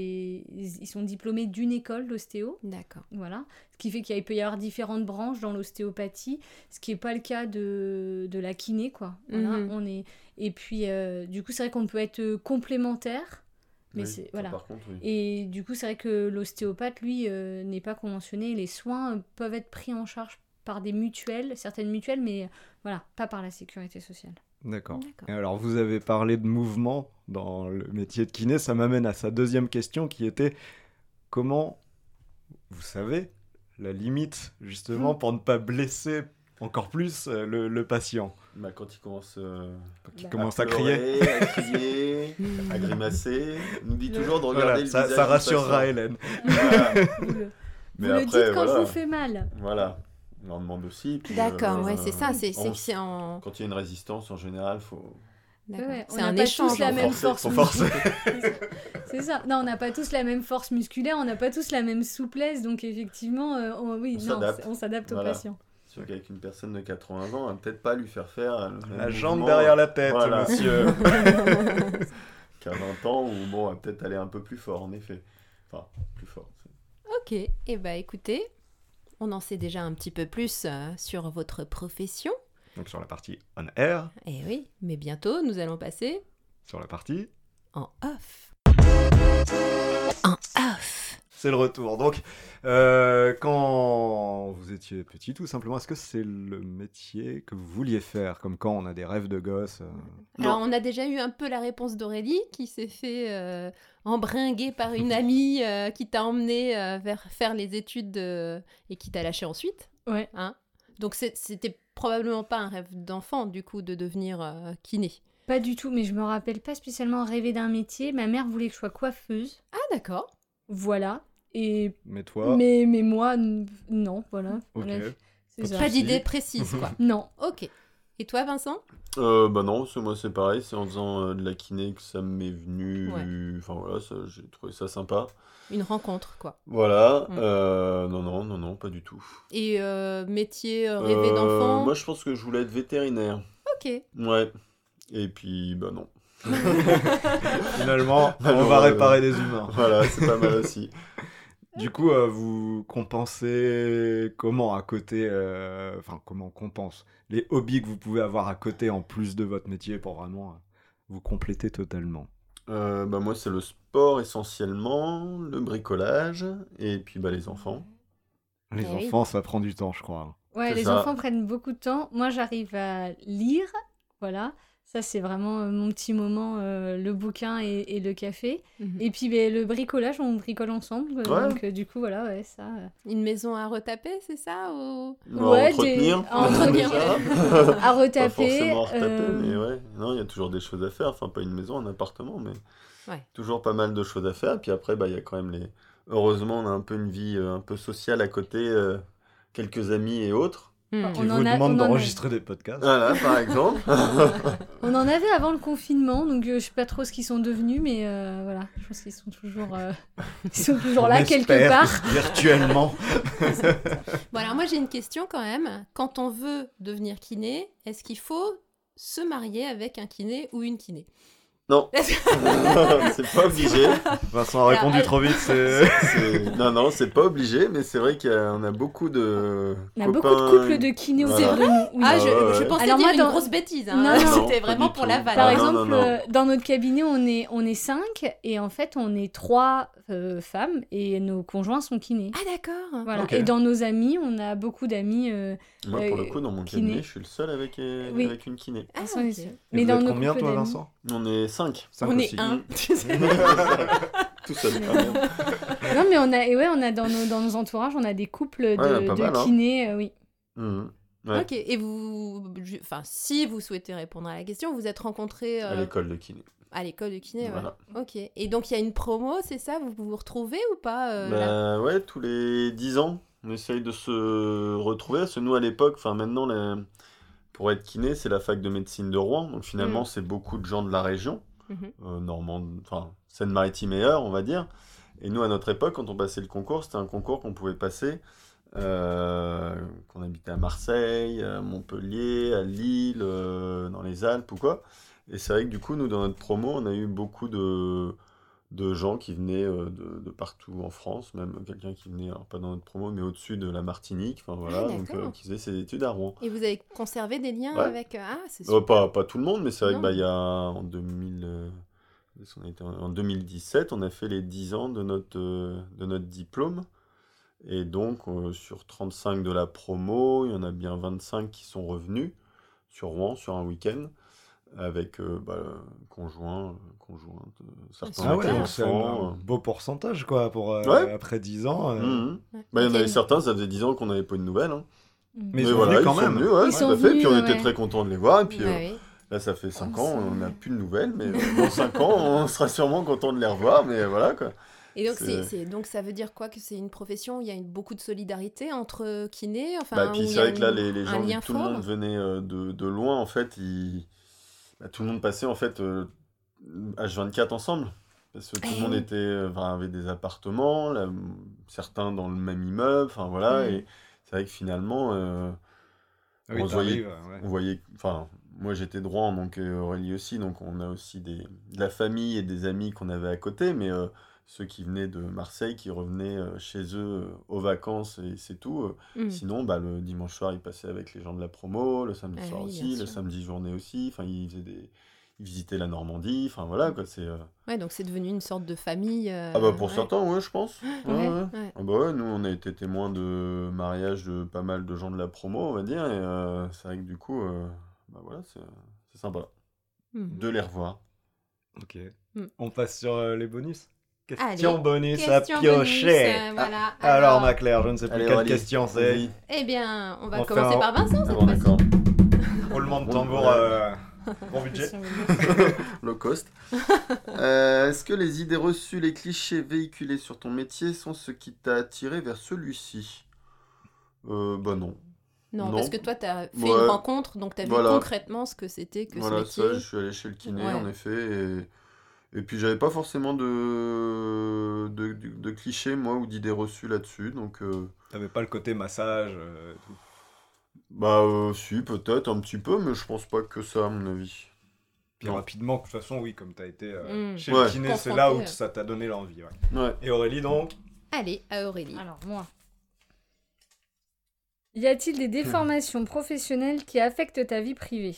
sont diplômés d'une école d'ostéo. D'accord. Voilà. Ce qui fait qu'il peut y avoir différentes branches dans l'ostéopathie, ce qui n'est pas le cas de la kiné, quoi. Voilà. Mhm. Et puis, du coup, c'est vrai qu'on peut être complémentaire. Mais Oui, c'est, ça, voilà. par contre, oui. Et du coup, c'est vrai que l'ostéopathe, lui, n'est pas conventionné. Les soins peuvent être pris en charge par des mutuelles, certaines mutuelles, mais voilà, pas par la sécurité sociale. D'accord. D'accord. Et alors, vous avez parlé de mouvement dans le métier de kiné. Ça m'amène à sa deuxième question qui était comment vous savez la limite, justement, pour ne pas blesser encore plus le patient Bah, quand il commence, qui Bah, commence à crier. pleurer, à crier, à grimacer, il nous dit toujours de regarder Voilà, le visage ça du rassurera patient. Hélène. Voilà. Vous le dites quand je vous fais mal. Voilà, on leur demande aussi. Puis, D'accord, ouais, c'est ça. C'est on- que c'est en... Quand il y a une résistance, en général, faut. D'accord. Ouais, on C'est n'a un pas échange. tous la en même fait. force Faut forcer. musculaire. C'est ça. Non, on n'a pas tous la même force musculaire, on n'a pas tous la même souplesse, donc effectivement, on s'adapte aux Voilà. patients. C'est sûr qu'avec une personne de 80 ans, on va peut-être pas lui faire faire le même La jambe mouvement derrière la tête, Voilà. monsieur. qu'à 20 ans, où bon, on va peut-être aller un peu plus fort, en effet. Enfin, plus fort. Ok, et bah écoutez, on en sait déjà un petit peu plus sur votre profession. Donc sur la partie on air, Eh oui, mais bientôt nous allons passer sur la partie, en off. En off. c'est le retour. Donc, quand vous étiez petit, tout simplement, est-ce que c'est le métier que vous vouliez faire, comme quand on a des rêves de gosse Alors on a déjà eu un peu la réponse d'Aurélie qui s'est fait embringuer par une amie qui t'a emmené vers faire les études et qui t'a lâché ensuite. Ouais. Hein. Donc c'était probablement pas un rêve d'enfant du coup de devenir kiné. Pas du tout, mais je me rappelle pas spécialement rêver d'un métier. Ma mère voulait que je sois coiffeuse. Ah d'accord. Voilà. Et Mais toi, mais moi, non, voilà. ok. Voilà, c'est Pas de ça. Pas souci. d'idée précise quoi. Non. Ok. Et toi Vincent? Bah non, moi c'est pareil, c'est en faisant de la kiné que ça m'est venu. Ouais. Enfin voilà, j'ai trouvé ça sympa. Une rencontre quoi. Voilà, Mm. non, pas du tout. Et métier rêvé d'enfant? Moi je pense que je voulais être vétérinaire. Ok. Ouais. Et puis, bah non. Finalement, on Alors, va réparer des humains. Voilà, c'est pas mal aussi. Du coup, vous compensez comment à côté, enfin comment on compense les hobbies que vous pouvez avoir à côté en plus de votre métier pour vraiment vous compléter totalement. Bah moi c'est le sport essentiellement, le bricolage, et puis bah les enfants. Les Eh oui. enfants, ça prend du temps, je crois. Ouais, C'est les ça. enfants prennent beaucoup de temps. Moi, j'arrive à lire. Voilà. Ça, c'est vraiment mon petit moment, le bouquin et le café. Mhm. Et puis, le bricolage, on bricole ensemble. Ouais. Donc, du coup, voilà, ouais, ça. Une maison à retaper, c'est ça ou... Ouais, entretenir. à entretenir. déjà. À Pas retaper. forcément à retaper, mais ouais. Non, il y a toujours des choses à faire. Enfin, pas une maison, un appartement, mais Ouais. toujours pas mal de choses à faire. Puis après, bah, il y a quand même Heureusement, on a un peu une vie un peu sociale à côté, quelques amis et autres. Qui vous demande d'enregistrer des podcasts. Voilà, par exemple. On en avait avant le confinement, donc je sais pas trop ce qu'ils sont devenus, mais voilà, je pense qu'ils sont toujours, là quelque part. Virtuellement. Bon, alors moi j'ai une question quand même. Quand on veut devenir kiné, est-ce qu'il faut se marier avec un kiné ou une kiné? Non, c'est pas obligé. Vincent a répondu trop vite. Non, c'est pas obligé, mais c'est vrai qu'on a beaucoup de beaucoup de couples de kinés autour de nous. Oui. Ah, je pensais alors dire moi, une grosse bêtise. Hein. Non, c'était vraiment pour la vanne. Par exemple, dans notre cabinet, on est 5 et en fait, on est 3 femmes et nos conjoints sont kinés. Ah, d'accord. Voilà. Okay. Et dans nos amis, on a beaucoup d'amis moi, pour le coup, dans mon cabinet, je suis le seul avec une kiné. Ah, okay. Mais dans nos combien, toi, Vincent? On est 5. On est 1. Tout seul. Non, mais on a dans nos entourages, on a des couples de kinés, oui. Ouais. Ok, et si vous souhaitez répondre à la question, vous êtes rencontrés à l'école de kiné. À l'école de kiné, voilà. Ouais. Ok. Et donc il y a une promo, c'est ça? Vous vous retrouvez ou pas ouais, tous les 10 ans, on essaye de se retrouver. Parce que nous, à l'époque, maintenant, pour être kiné, c'est la fac de médecine de Rouen. Donc finalement, c'est beaucoup de gens de la région. Seine-Maritime et Eure, on va dire. Et nous, à notre époque, quand on passait le concours, c'était un concours qu'on pouvait passer, qu'on habitait à Marseille, à Montpellier, à Lille, dans les Alpes ou quoi. Et c'est vrai que du coup, nous, dans notre promo, on a eu beaucoup de gens qui venaient de partout en France, même quelqu'un qui venait, alors pas dans notre promo, mais au-dessus de la Martinique, qui faisait ses études à Rouen. Et vous avez conservé des liens avec... Ah, c'est super. Pas tout le monde, mais c'est vrai qu'il y a en 2017, on a fait les 10 ans de notre diplôme. Et donc, sur 35 de la promo, il y en a bien 25 qui sont revenus sur Rouen, sur un week-end, avec conjointes, certains avec enfants. C'est un beau pourcentage, quoi, pour après 10 ans. Il y en avait certains, ça faisait 10 ans qu'on n'avait pas de nouvelles. Hein. Mais ils voilà, quand même. Ils sont venus, puis on était très contents de les voir. Et puis oui. là, ça fait 5 ans, on n'a plus de nouvelles, mais dans 5 ans, on sera sûrement content de les revoir. Mais voilà, quoi. Et donc, donc ça veut dire quoi? Que c'est une profession où il y a beaucoup de solidarité entre kinés, puis c'est vrai que là, les gens, tout le monde venait de loin, en fait, tout le monde passait en fait H24 ensemble, parce que tout le monde avait des appartements, certains dans le même immeuble, et c'est vrai que finalement, on voyait, moi j'étais de Rouen, donc Aurélie aussi, donc on a aussi de la famille et des amis qu'on avait à côté, mais ceux qui venaient de Marseille, qui revenaient chez eux aux vacances, et c'est tout. Sinon, le dimanche soir, ils passaient avec les gens de la promo, le samedi soir aussi, le samedi journée aussi. Ils visitaient la Normandie. Voilà, quoi. Ouais, donc c'est devenu une sorte de famille. Pour certains, je pense. Nous, on a été témoins de mariage de pas mal de gens de la promo, on va dire. Et c'est vrai que du coup, c'est sympa de les revoir. Ok. On passe sur les bonus. Question bonus à piocher. Voilà. Alors, ma Claire, je ne sais plus quelle question c'est. Eh bien, on va commencer par Vincent cette fois-ci. Roulement de tambour, bon budget. Low cost. Est-ce que les idées reçues, les clichés véhiculés sur ton métier sont ce qui t'a attiré vers celui-ci? Non. Non, parce que toi, tu as fait une rencontre, donc tu as vu concrètement ce que c'était que ce métier. Ça, je suis allé chez le kiné, en effet, et puis j'avais pas forcément de clichés, moi, ou d'idées reçues là-dessus, donc... T'avais pas le côté massage tout. Si, peut-être, un petit peu, mais je pense pas que ça, à mon avis. Puis rapidement, de toute façon, oui, comme t'as été chez le kiné, c'est là où ça t'a donné l'envie. Ouais. Et Aurélie, donc? Allez, à Aurélie. Alors, moi... Y a-t-il des déformations professionnelles qui affectent ta vie privée?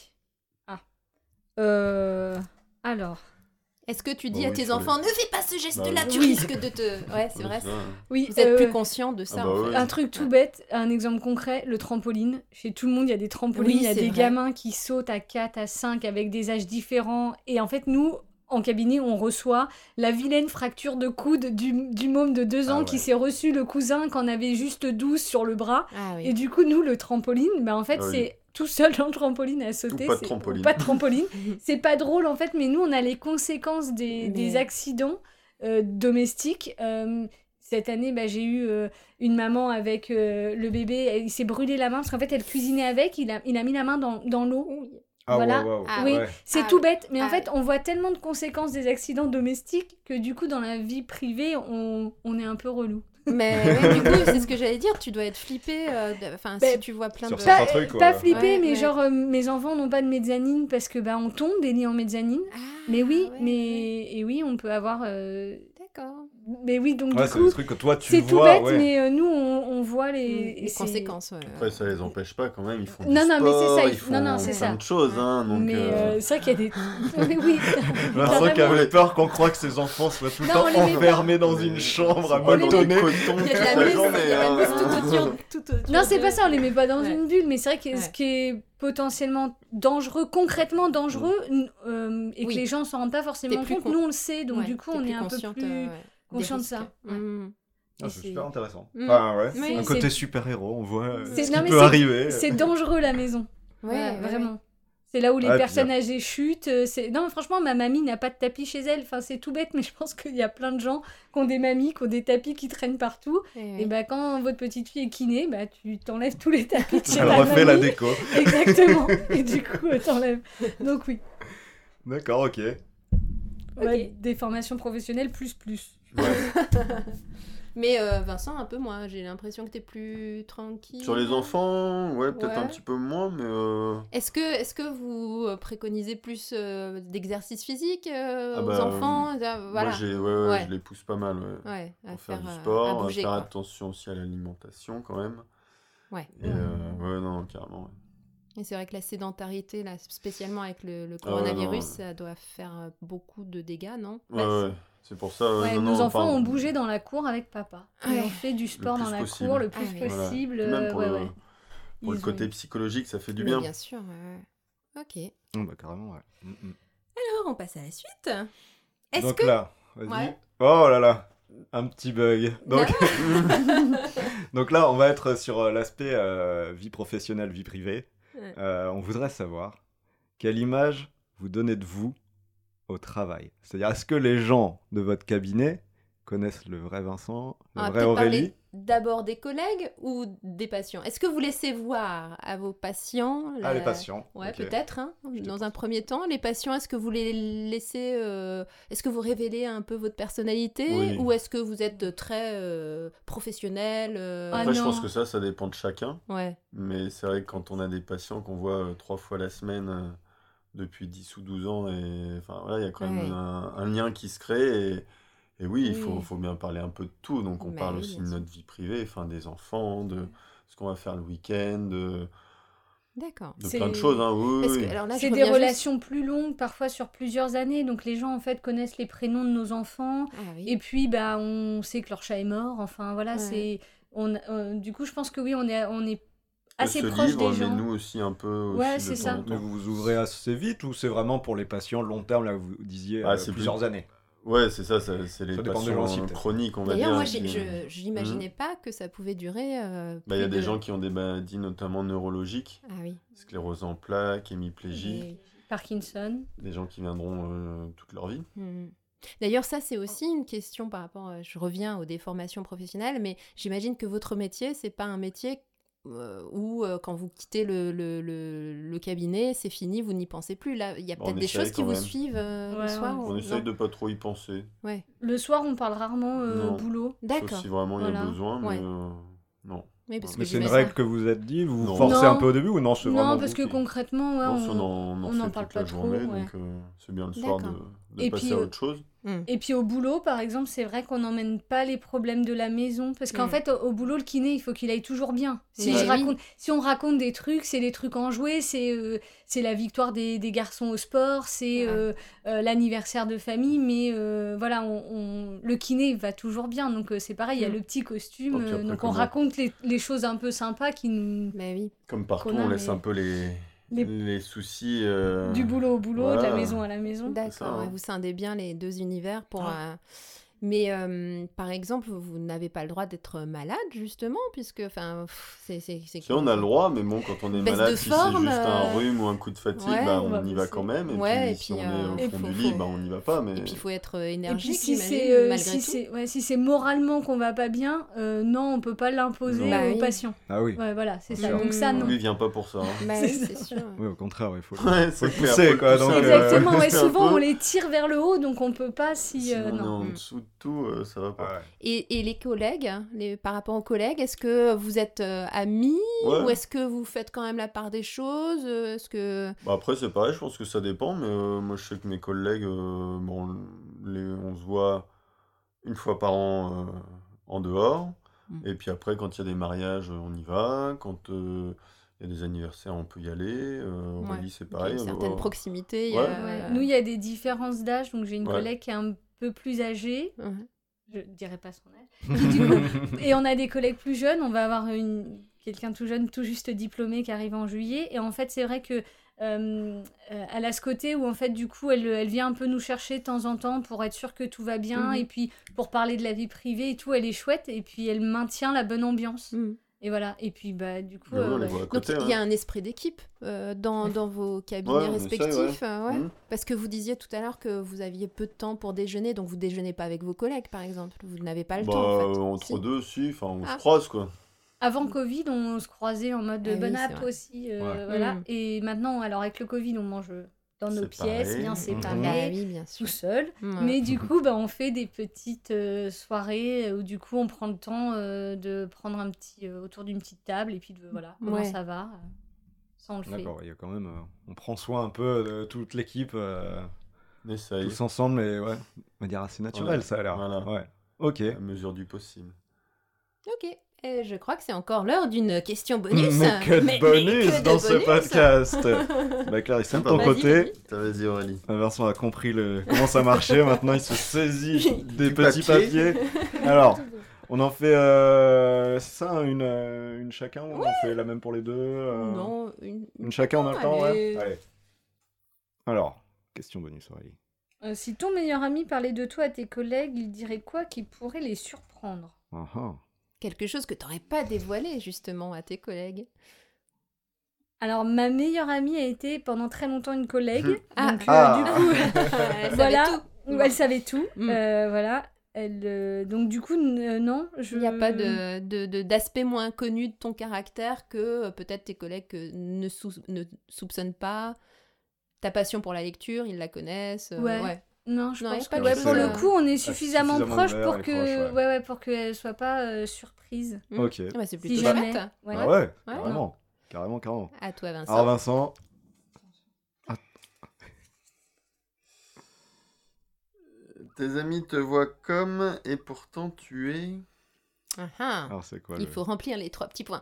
Alors... Est-ce que tu dis à tes enfants, ne fais pas ce geste-là, tu risques de te... Ouais, c'est vrai. Oui, vous êtes plus conscient de ça, en fait. Un truc tout bête, un exemple concret, le trampoline. Chez tout le monde, il y a des trampolines, il y a des gamins qui sautent à 4, à 5, avec des âges différents. Et en fait, nous, en cabinet, on reçoit la vilaine fracture de coude du môme de 2 ans qui s'est reçu le cousin quand on avait juste 12 sur le bras. Et du coup, nous, le trampoline, en fait, c'est... tout seul dans le trampoline à sauter. Pas de trampoline. C'est pas drôle en fait, mais nous on a les conséquences des accidents domestiques. cette année, j'ai eu une maman avec le bébé, il s'est brûlé la main parce qu'en fait, elle cuisinait avec, il a mis la main dans l'eau. Ah, Voilà. wow. Oui, Ouais. c'est tout bête, mais en fait, on voit tellement de conséquences des accidents domestiques que du coup, dans la vie privée, on est un peu relou. Mais ouais, du coup, c'est ce que j'allais dire, tu dois être flippé. Si tu vois plein sur de. certains trucs, quoi. Pas flippé, Ouais, mais ouais. genre, mes enfants n'ont pas de mezzanine parce que on tombe des lits en mezzanine. Ah, Mais oui, ouais. et oui, on peut avoir. D'accord. Mais oui, donc Ouais, du c'est coup, des trucs que toi, tu c'est tout vois. bête, Ouais. mais nous, on voit les Les conséquences. Ouais. Après, ça les empêche pas quand même. Ils font Non, du non, mais c'est sport, ça, ils font non, c'est plein ça. de choses. Hein, donc, mais c'est vrai qu'il y a des. oui. Vincent qui Carrément. avait peur qu'on croit que ses enfants soient tout le Non, temps on les met pas. enfermés dans une chambre à pas dans des molletonner. cotons Il y toute a de la la mousse, journée. il y a de la hein. mousse tout autour Non, c'est d'eux. pas ça, on les met pas dans Ouais. une bulle, mais c'est vrai que Ouais. ce qui est potentiellement dangereux, concrètement dangereux, et que Oui. les gens s'en rendent pas forcément T'es plus compte, con- nous on le sait, donc Ouais, du coup t'es on plus est un peu consciente, plus des conscient de risques. ça. Ouais. Mm. Ah, Et c'est super intéressant. Mm. Enfin, ouais. Oui, un c'est- côté super-héros, on voit C'est- ce non, qui mais peut arriver. C'est dangereux la maison. Ouais, Voilà, ouais, vraiment. C'est là où les Ouais, personnes puis, âgées chutent. Non, franchement, ma mamie n'a pas de tapis chez elle. Enfin, c'est tout bête, mais je pense qu'il y a plein de gens qui ont des mamies, qui ont des tapis qui traînent partout. ouais. Et quand votre petite fille est kiné, tu t'enlèves tous les tapis de chez Elle ta refait la mamie. déco. Exactement. Et du coup, t'enlèves. Donc oui. D'accord, ok. Ouais, des formations professionnelles plus. Ouais. Mais Vincent, un peu moins. J'ai l'impression que t'es plus tranquille. Sur les enfants, ouais, peut-être Ouais. un petit peu moins, mais Est-ce que vous préconisez plus d'exercice physique Ah aux bah, enfants moi Voilà. je Ouais. les pousse pas mal. Ouais. Ouais, à Pour faire du à sport, à bouger, faire quoi. attention aussi à l'alimentation quand même. Ouais. Et ouais, non, carrément. Ouais. Et c'est vrai que la sédentarité, là, spécialement avec le Ah ouais, coronavirus, non. ça doit faire beaucoup de dégâts, non Ouais, ouais. C'est pour ça. Ouais, non, nos non, enfants enfin, ont bougé dans la cour avec papa. Ouais. Et on fait du sport plus dans la possible. cour le plus Ah oui. Voilà. possible. Puis même pour ouais, le, ouais. pour le Ils côté ont- psychologique, ça fait du Mais bien. bien sûr, ouais. Ok. Bah, carrément, ouais. Alors, on passe à la suite. Est-ce Donc que... là, vas-y. Ouais. Oh là là, un petit bug. Donc, donc là, on va être sur l'aspect vie professionnelle, vie privée. Ouais. On voudrait savoir quelle image vous donnez de vous au travail. C'est-à-dire, est-ce que les gens de votre cabinet connaissent le vrai Vincent, On la va vraie peut-être Aurélie? parler d'abord des collègues ou des patients. Est-ce que vous laissez voir à vos patients Ah, les patients. Ouais, ok. peut-être. Hein, J'étais dans un premier temps, les patients, est-ce que vous les laissez... Est-ce que vous révélez un peu votre personnalité Oui. ou est-ce que vous êtes très professionnel Ah, Après, je non. pense que ça dépend de chacun. Ouais. Mais c'est vrai que quand on a des patients qu'on voit 3 fois la semaine depuis 10 ou 12 ans, et enfin voilà, il y a quand même Ouais. un lien qui se crée. Et oui, il Oui. faut bien parler un peu de tout. Donc on Bah parle oui, aussi bien de sûr. notre vie privée, enfin des enfants, de ce qu'on va faire le week-end, de D'accord. C'est- plein de choses. Hein. Oui, Parce oui. que, alors là, je C'est des reviens juste- relations plus longues, parfois sur plusieurs années. Donc les gens en fait connaissent les prénoms de nos enfants. Ah oui. Et puis on sait que leur chat est mort. Enfin voilà, Ouais. c'est du coup je pense que oui, on est On assez se proche livre, des mais gens. nous aussi un peu. Ouais, aussi de c'est temps ça. en Mais temps. vous vous ouvrez assez vite ou c'est vraiment pour les patients long terme, là, vous disiez Ah, c'est plusieurs années? Ouais, c'est ça, c'est les Ça dépend des gens patients aussi, peut-être. chroniques, on va D'ailleurs, dire. moi, qui- je n'imaginais pas que ça pouvait durer. Bah, il y a plus des de- gens qui ont des maladies notamment neurologiques, Ah oui. sclérose en plaques, hémiplégie, Et- Parkinson. des gens qui viendront toute leur vie. Hmm. D'ailleurs, ça, c'est aussi une question par rapport. Je reviens aux déformations professionnelles, mais j'imagine que votre métier, c'est pas un métier où, quand vous quittez le cabinet, c'est fini, vous n'y pensez plus. Là, il y a Bah, peut-être on des essaye choses qui quand vous même. suivent le Ouais, soir. ouais. On ou- essaye non de pas trop y penser, Ouais, Le soir, on parle rarement Non. boulot. sauf d'accord. si vraiment il y a Voilà. besoin, mais Ouais. non. Oui, parce que Mais c'est une j'imagine- règle que vous êtes dit, vous vous Non. forcez Non. un peu au début ou non, c'est vraiment Non, parce vous que qui- concrètement, ouais, Non, ça, on on en n'en fait parle toute pas la trop. journée, Ouais. donc c'est bien le soir de D'accord. Et passer puis, à autre chose. Hmm. Et puis au boulot, par exemple, c'est vrai qu'on n'emmène pas les problèmes de la maison. Parce qu'en Mm. fait, au boulot, le kiné, il faut qu'il aille toujours bien. Si, Mais je oui. raconte, si on raconte des trucs, c'est des trucs enjoués, c'est la victoire des garçons au sport, c'est l'anniversaire de famille, mais voilà, le kiné va toujours bien. Donc c'est pareil, il y a Mm. le petit costume, Oh, puis après, donc on comment- raconte les choses un peu sympas qui nous... Mais oui. Comme partout, qu'on a, on laisse mais- un peu Les- les soucis. Du boulot au boulot, de la voilà. maison à la maison. D'accord, ça, hein. ouais, vous scindez bien les deux univers pour... Ah. Mais par exemple, vous n'avez pas le droit d'être malade, justement, puisque c'est Si on a le droit, mais bon, quand on est Baisse malade, de si forme, c'est juste un rhume ou un coup de fatigue, ouais, bah, on va on y va bosser. quand même. Et Ouais, puis, et si puis, on est au fond du lit, bah, on n'y va pas. Mais... Et puis il faut être Et puis énergique, si j'imagine, c'est malgré tout. si c'est moralement qu'on va pas bien, non, on peut pas l'imposer Bah aux oui. patients. Ah oui. Ouais, voilà, c'est ça. Sûr. Donc ça, non. Lui, il vient pas pour ça. Hein. Bah C'est oui, ça. c'est sûr. Oui, au contraire, il faut Ouais, faut le c'est clair, pousser, faut le quoi. pousser Donc, un peu. Exactement, ouais, pousser un souvent peu. on les tire vers le haut, donc on peut pas si... Si on est non. en dessous de tout, ça va pas. ouais. Et les collègues, par rapport aux collègues, est-ce que vous êtes amis Ouais. ou est-ce que vous faites quand même la part des choses? Est-ce que... Bah après, c'est pareil, je pense que ça dépend, mais moi, je sais que mes collègues, bon, on se voit une fois par an en dehors. Mm. Et puis après, quand il y a des mariages, on y va. Quand il y a des anniversaires, on peut y aller. Ouais. Aurélie, c'est Il y a pareil. une certaine proximité. Ouais. Ouais. Nous, il y a des différences d'âge, donc j'ai une Ouais. collègue qui est un peu plus âgée, Ouais. je dirais pas son âge, qui, du coup, et on a des collègues plus jeunes, on va avoir quelqu'un tout jeune, tout juste diplômé qui arrive en juillet, et en fait c'est vrai que elle a ce côté où en fait du coup elle vient un peu nous chercher de temps en temps pour être sûre que tout va bien, Mhm. et puis pour parler de la vie privée et tout, elle est chouette, et puis elle maintient la bonne ambiance. Mm. Et voilà, et puis bah du coup... Mais oui, on les ouais. voit à Donc côté. il y a hein. un esprit d'équipe dans vos cabinets Ouais, on essaie, respectifs. Ouais. Mhm. Parce que vous disiez tout à l'heure que vous aviez peu de temps pour déjeuner, donc vous déjeunez pas avec vos collègues par exemple. Vous n'avez pas le Bah, temps en fait. entre Si. deux, si. Enfin, on Ah. se croise, quoi. Avant Covid, on se croisait en mode Ah oui, bonne c'est app vrai. aussi, Ouais. voilà. Mm. Et maintenant, alors avec le Covid, on mange dans nos Séparés. pièces, bien Mhm. séparés, Bah oui, bien sûr. tout seul. Ouais. Mais du coup, bah, on fait des petites soirées où du coup, on prend le temps de prendre un petit autour d'une petite table et puis de voilà, comment Ouais. ça va, ça on le fait. D'accord, il y a quand même. On prend soin un peu de toute l'équipe, On essaye. tous ensemble, mais ouais, de manière assez naturelle, Ouais. ça a l'air. Voilà. Ouais. Ok. À mesure du possible. Ok. Et je crois que c'est encore l'heure d'une question bonus. Mais que de bonus que de dans ce bonus. podcast. Bah Clarisse, c'est de ton Vas-y, côté. vas-y. T'as vas-y, Aurélie. Vincent a compris comment ça marchait. Maintenant, il se saisit des Du petits papier. papiers. Alors, on en fait, c'est ça, hein, une chacun, ou on en fait la même pour les deux Non, Une chacun en même temps, allez. ouais. Allez. Alors, question bonus, Aurélie. Si ton meilleur ami parlait de toi à tes collègues, il dirait quoi qui pourrait les surprendre? Ah, ah. Quelque chose que t'aurais pas dévoilé justement à tes collègues. Alors, ma meilleure amie a été pendant très longtemps une collègue. Ah. Donc, Ah. du coup, Elle savait voilà, tout. où elle savait tout. Mm. Voilà. Donc, du coup, non. Il n'y a pas d'aspect moins connu de ton caractère que peut-être tes collègues ne soupçonnent pas. Ta passion pour la lecture, ils la connaissent. Ouais. Non, je Non, y a pense pas que de ouais, pour le choses, coup, on est suffisamment suffisamment proche ouvert pour et que, proche, ouais. pour qu'elle soit pas surprise. Ok. Ah bah, c'est Si plutôt jamais. chouette. Ouais. Ah ouais, Ouais, carrément. Carrément, carrément. À toi, Vincent. Alors, Vincent. Tes amis te voient comme, et pourtant tu es... Ah, ah. Alors, c'est quoi Il faut remplir les 3 petits points.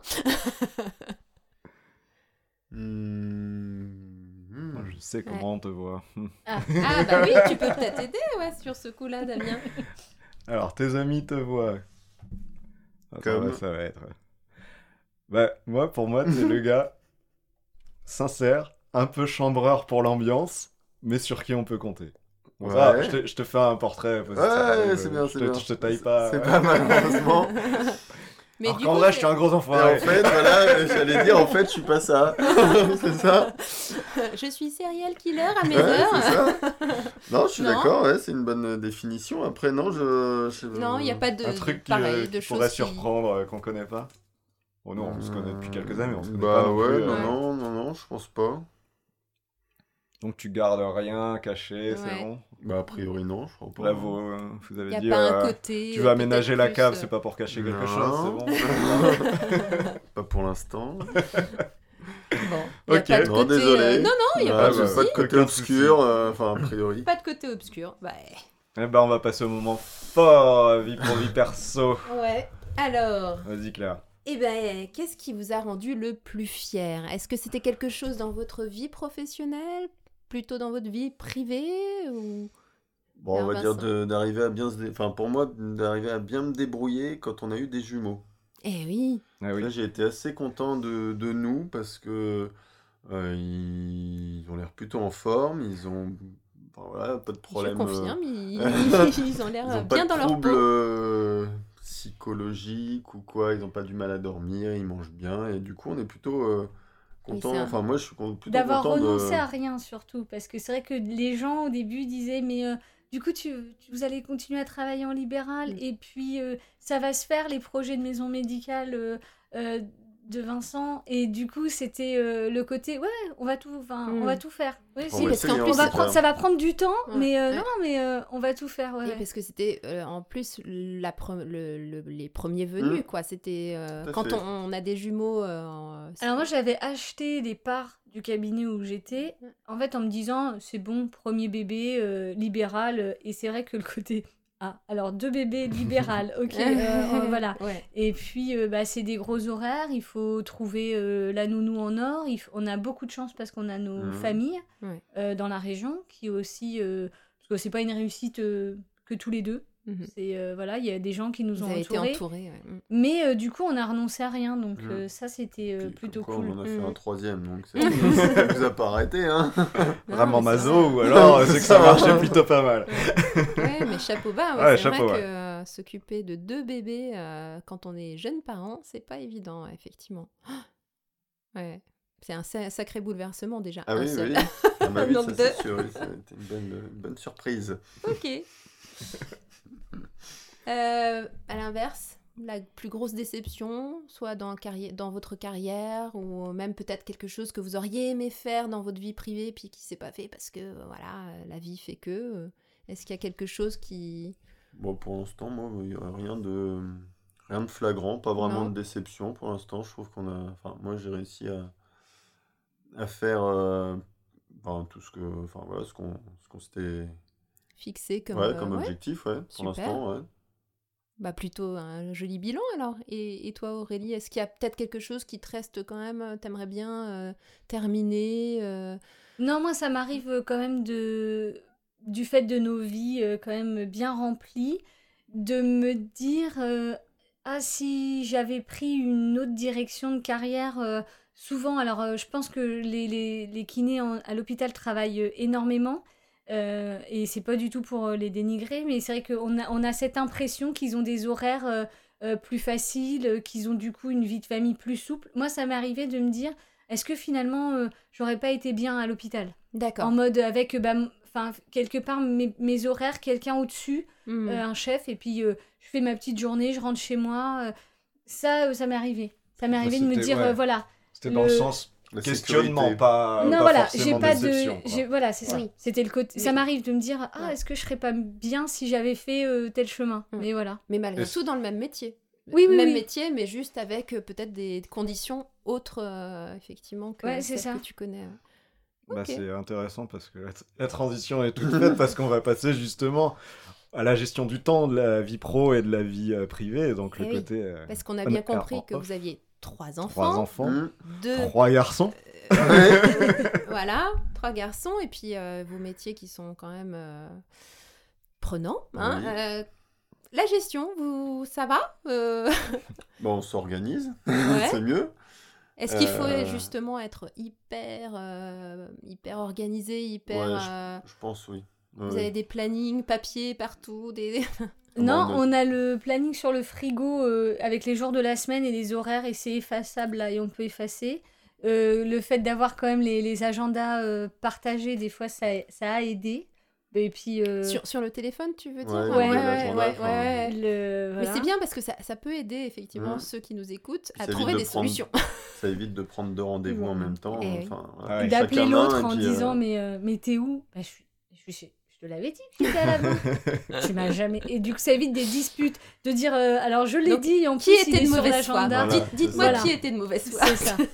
Moi, je sais comment on te voit. Ah bah oui, tu peux peut-être aider sur ce coup-là, Damien. Alors, tes amis te voient. Attends, Comme. là, ça va être. Bah, pour moi, t'es le gars sincère, un peu chambreur pour l'ambiance, mais sur qui on peut compter. Bon, Ouais. ça, je te fais un portrait positif. Ouais, c'est bien, c'est bien. Je te taille pas. C'est pas mal, heureusement. Mais Alors du qu'en coup, vrai, je suis un gros Et enfoiré. en fait, voilà, j'allais dire, en fait, je suis pas ça. C'est ça? je suis serial killer à mes Ouais, heures. c'est ça. Non, je suis Non. d'accord, ouais, c'est une bonne définition. Après, non, Non, il n'y a pas de, Un truc qui, pareil, qui de choses pourrait qui... surprendre, qu'on connaît pas. Oh non, on se connaît depuis quelques années, on se connaît Bah pas non ouais, plus, non, je pense pas. Donc tu gardes rien caché, c'est Ouais. bon. Bah a priori non, je crois pas. Bravo, vous Il avez n'y a dit, pas un côté... tu veux aménager peut-être la plus, cave, c'est pas pour cacher quelque Non. chose, c'est bon. Pas pour l'instant. Bon, il y a Ok. pas de Non, côté... désolé. Non, il n'y a Ouais, pas de bah, souci. pas de côté Aucun obscur, enfin a priori. Pas de côté obscur. Bah, Eh ben, on va passer au moment fort, vie pro, vie perso. ouais. Alors... Vas-y, Claire. Eh ben, qu'est-ce qui vous a rendu le plus fier? Est-ce que c'était quelque chose dans votre vie professionnelle? Plutôt dans votre vie privée ou... Bon, on va Vincent. dire d'arriver à bien enfin pour moi, d'arriver à bien me débrouiller quand on a eu des jumeaux. Eh oui. Ah oui. Là, j'ai été assez content de nous parce que ils ont l'air plutôt en forme, ils ont Enfin, voilà, pas de Je problème. confirme, ils ont l'air Ils ont bien pas dans de leur troubles peau. psychologiques ou quoi, ils n'ont pas du mal à dormir, ils mangent bien, et du coup, on est plutôt Oui, content. c'est un- Enfin, moi, je suis plutôt D'avoir content renoncé de. à rien surtout, parce que c'est vrai que les gens au début disaient mais du coup vous allez continuer à travailler en libéral Mm. et puis ça va se faire les projets de maison médicale de Vincent et du coup c'était le côté ouais on va tout faire. Oui, On si, va parce qu'en essayer, plus, on va va faire. ça va prendre du temps Ouais, mais ouais. non mais on va tout faire. Ouais, Et ouais. parce que c'était en plus les premiers venus, quoi. C'était Tout à quand fait. on a des jumeaux. Alors moi j'avais acheté des parts du cabinet où j'étais, en fait en me disant c'est bon, premier bébé libéral, et c'est vrai que le côté alors 2 bébés libéral, ok, voilà. Ouais. Et puis c'est des gros horaires, il faut trouver la nounou en or, on a beaucoup de chance parce qu'on a nos familles Ouais. dans la région qui aussi, parce que c'est pas une réussite que tous les deux. Mhm. C'est voilà, il y a des gens qui nous Vous ont avez été entourés. entourés. Ouais. Mais du coup, on a renoncé à rien, donc Mm. ça, c'était Puis, plutôt comme quoi, cool. on en a fait Mm. un troisième, donc ça nous a pas arrêté, hein. Non, Vraiment mais c'est maso, vrai. ou alors c'est que ça marchait plutôt pas mal. Ouais, mais chapeau bas. Ouais, Ouais, c'est chapeau vrai bas. que s'occuper de 2 bébés quand on est jeune parent, c'est pas évident, effectivement. Ouais. C'est un sacré bouleversement déjà. Ah un oui, seul. oui. Ah bah oui, Donc ça deux. c'est sûr, oui, ça a été une bonne surprise. Ok. À l'inverse, la plus grosse déception, soit dans votre carrière, ou même peut-être quelque chose que vous auriez aimé faire dans votre vie privée, puis qui s'est pas fait parce que voilà, la vie fait que. Est-ce qu'il y a quelque chose qui... Bon, pour l'instant, moi, il n'y a rien de flagrant, pas vraiment Non. de déception. Pour l'instant, je trouve enfin, moi, j'ai réussi à faire enfin, tout voilà, ce qu'on s'était, fixé comme... ouais, comme ouais, objectif, ouais, pour super. l'instant, ouais. Bah plutôt un joli bilan alors. Et toi Aurélie, est-ce qu'il y a peut-être quelque chose qui te reste quand même, t'aimerais bien terminer Non, moi, ça m'arrive quand même du fait de nos vies quand même bien remplies, de me dire si j'avais pris une autre direction de carrière, souvent, alors je pense que les kinés à l'hôpital travaillent énormément. Et c'est pas du tout pour les dénigrer, mais c'est vrai qu'on a cette impression qu'ils ont des horaires plus faciles, qu'ils ont du coup une vie de famille plus souple. Moi, ça m'est arrivé de me dire, est-ce que finalement, j'aurais pas été bien à l'hôpital ? D'accord. En mode avec, quelque part, mes horaires, quelqu'un au-dessus, Mhm. un chef, et puis je fais ma petite journée, je rentre chez moi. Ça m'est arrivé. Ça m'est arrivé de me c'était- dire, ouais. voilà. C'était dans le Le- sens La questionnement, sécurité. pas, Non, pas voilà, forcément j'ai pas déception, de. quoi. Voilà, c'est ça. Oui. C'était le côté. Ça Mais- m'arrive de me dire, Ouais. est-ce que je serais pas bien si j'avais fait tel chemin ? Mm. Mais voilà. Mais malgré Est-ce- tout dans le même métier. Oui, oui, Même oui. métier, mais juste avec peut-être des conditions autres, effectivement, que Ouais, c'est celles ça. que tu connais. Bah, Ok. c'est intéressant parce que la transition est toute faite parce qu'on va passer justement à la gestion du temps de la vie pro et de la vie privée, donc Eh le oui, côté Parce qu'on a on bien est compris en que off. vous aviez 3 3 enfants, enfants, Mmh. 2 3 garçons. voilà, 3 garçons, et puis vos métiers qui sont quand même prenants. Hein, Oui. la gestion, ça va Bon, on s'organise, Ouais. c'est mieux. Est-ce qu'il faut Euh. justement être hyper organisé, hyper... Ouais, je pense, oui. Ouais, vous ouais. avez des plannings papier partout, des... Non, Comment on a le planning sur le frigo avec les jours de la semaine et les horaires, et c'est effaçable là, et on peut effacer. Le fait d'avoir quand même les agendas partagés, des fois, ça a aidé. Et puis. sur le téléphone, tu veux dire Ouais, ouais, l'agenda, enfin, ouais. le- Mais voilà. c'est bien parce que ça peut aider effectivement Mhm. ceux qui nous écoutent Puis à ça évite trouver de des prendre- solutions. Ça évite de prendre 2 rendez-vous en même temps. Eh oui. Enfin, Ah ouais. D'appeler chacun l'autre l'un, et en puis, disant mais t'es où ? Bah, je te l'avais dit que j'étais à la banque. Tu m'as jamais. Et du coup, ça évite des disputes. De dire alors je l'ai Donc, dit, en Qui plus, il était est de sur mauvaise foi l'agenda. Voilà. Dites-moi Voilà. qui était de mauvaise foi. C'est ça.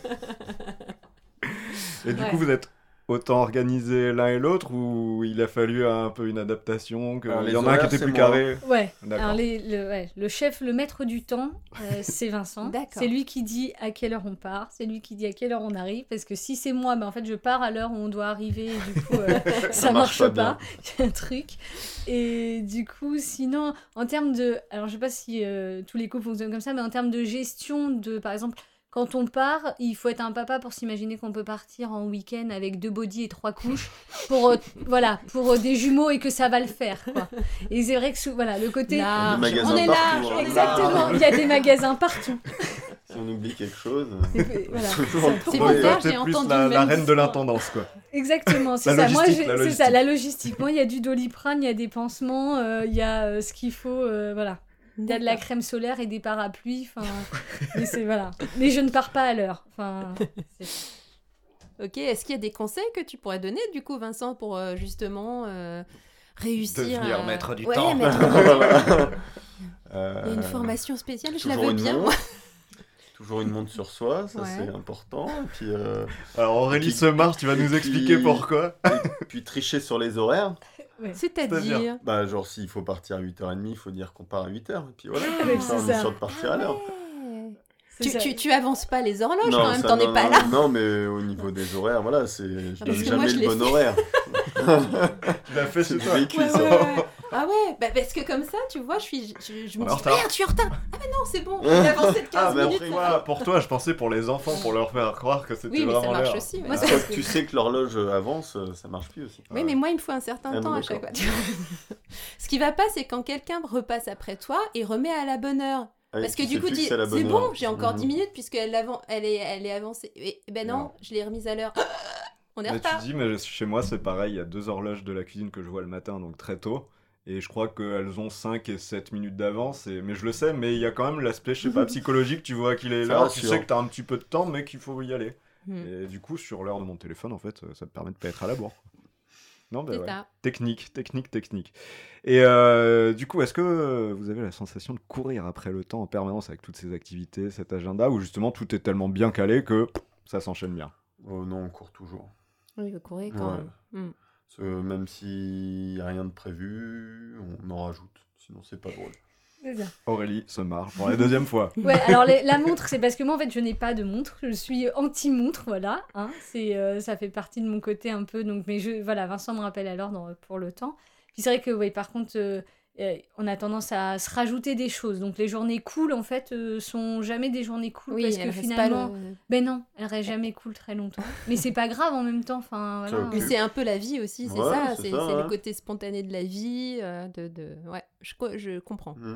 Et du Ouais. coup, vous êtes autant organisés l'un et l'autre ou il a fallu un peu une adaptation, que... Alors, il y les en a un qui horaires, était c'est plus moi. carré. Ouais. D'accord. Alors le chef, le maître du temps, c'est Vincent. D'accord. C'est lui qui dit à quelle heure on part, c'est lui qui dit à quelle heure on arrive, parce que si c'est moi, en fait je pars à l'heure où on doit arriver, et du coup ça marche marche pas, pas il y a un truc. Et du coup, sinon, en termes de, alors je sais pas si tous les couples fonctionnent comme ça, mais en termes de gestion de, par exemple, quand on part, il faut être un papa pour s'imaginer qu'on peut partir en week-end avec 2 bodys et 3 couches pour, pour des jumeaux et que ça va le faire, quoi. Et c'est vrai que voilà, le côté... Large. Des magasins On est partout, là, hein. exactement. Il y a des magasins partout. Si on oublie quelque chose, Voilà. toujours le C'est trouver. pour faire, T'es j'ai plus entendu la le même reine de histoire. l'intendance, quoi. Exactement, c'est La ça. Moi, logistique, la c'est logistique. ça, la logistique. Moi, il y a du Doliprane, il y a des pansements, il y a ce qu'il faut, voilà. Il y a de la crème solaire et des parapluies, enfin... mais c'est, voilà. Mais je ne pars pas à l'heure, enfin... Ok, est-ce qu'il y a des conseils que tu pourrais donner, du coup, Vincent, pour justement réussir Devenir maître du Ouais, temps. maître du temps. Il y a Euh, une formation spéciale, je la toujours veux une bien. montre. Toujours une montre sur soi, ça Ouais. c'est important. Et puis, Alors Aurélie Puis- se marche, tu vas nous puis- expliquer pourquoi. puis tricher sur les horaires. C'est-à-dire Bah, genre, s'il faut partir à 8h30, il faut dire qu'on part à 8h. Et puis voilà, Ouais, comme ça, on c'est est ça. sûr de partir à l'heure. Ouais. C'est ça. Tu avances pas les horloges Non, quand même, ça, t'en es non, pas non, là. Non, mais au niveau des horaires, voilà, je Parce donne que moi, jamais je le l'ai bon fait. horaire. Tu l'as fait C'est chez toi. vécu, Ouais, ça. ouais, ouais. Ah ouais, bah, parce que comme ça, tu vois, je me On est en dis, retard. merde, je suis en retard. Ah mais non, c'est bon, j'ai avancé de 15 Ah, mais minutes. après, ça va. moi, pour toi, je pensais pour les enfants, pour leur faire croire que c'était Oui, mais ça vraiment marche l'heure. aussi. ouais. Moi, C'est Une ça- fois que tu sais que l'horloge avance, ça marche plus aussi. Oui, mais moi, il me faut un certain Ah, temps bon, à chaque fois. d'accord. Ce qui va pas, c'est quand quelqu'un repasse après toi et remet à la bonne heure. Ah oui, Parce que tu du sais coup, plus dis, que c'est la c'est bonne bon, heure. j'ai encore Mhm. 10 minutes puisqu'elle elle est avancée. Et ben non, Non. je l'ai remise à l'heure. On est en Mais tu retard. dis, mais chez moi, c'est pareil, il y a 2 horloges de la cuisine que je vois le matin, donc très tôt. Et je crois qu'elles ont 5 et 7 minutes d'avance. Mais je le sais, mais il y a quand même l'aspect, je sais pas, psychologique. Tu vois qu'il est Ça là, tu rassure. sais que t'as un petit peu de temps, mais qu'il faut y aller. Hmm. Et du coup, sur l'heure de mon téléphone, en fait, ça te permet de pas être à la bourre. Non, bah C'est ouais. ça. Technique. Et du coup, est-ce que vous avez la sensation de courir après le temps en permanence avec toutes ces activités, cet agenda, où justement tout est tellement bien calé que ça s'enchaîne bien? Oh non, on court toujours. Oui, vous courez quand Ouais. même. Hmm. Parce que même s'il n'y a rien de prévu, on en rajoute. Sinon, c'est pas drôle. C'est ça. Aurélie se marre pour la deuxième fois. Ouais, alors la montre, c'est parce que moi, en fait, je n'ai pas de montre. Je suis anti-montre, voilà. Hein, ça fait partie de mon côté un peu. Donc, mais voilà, Vincent me rappelle à l'ordre pour le temps. Puis c'est vrai que, oui, par contre, on a tendance à se rajouter des choses. Donc, les journées cool, en fait, sont jamais des journées cool. Oui, parce elle que reste finalement, pas le... ben non, elles restent jamais cool très longtemps. Mais c'est pas grave en même temps. Enfin, voilà. Mais c'est un peu la vie aussi, c'est Ouais, ça. c'est C'est ça, c'est hein. le côté spontané de la vie. Ouais, je comprends. Mhm.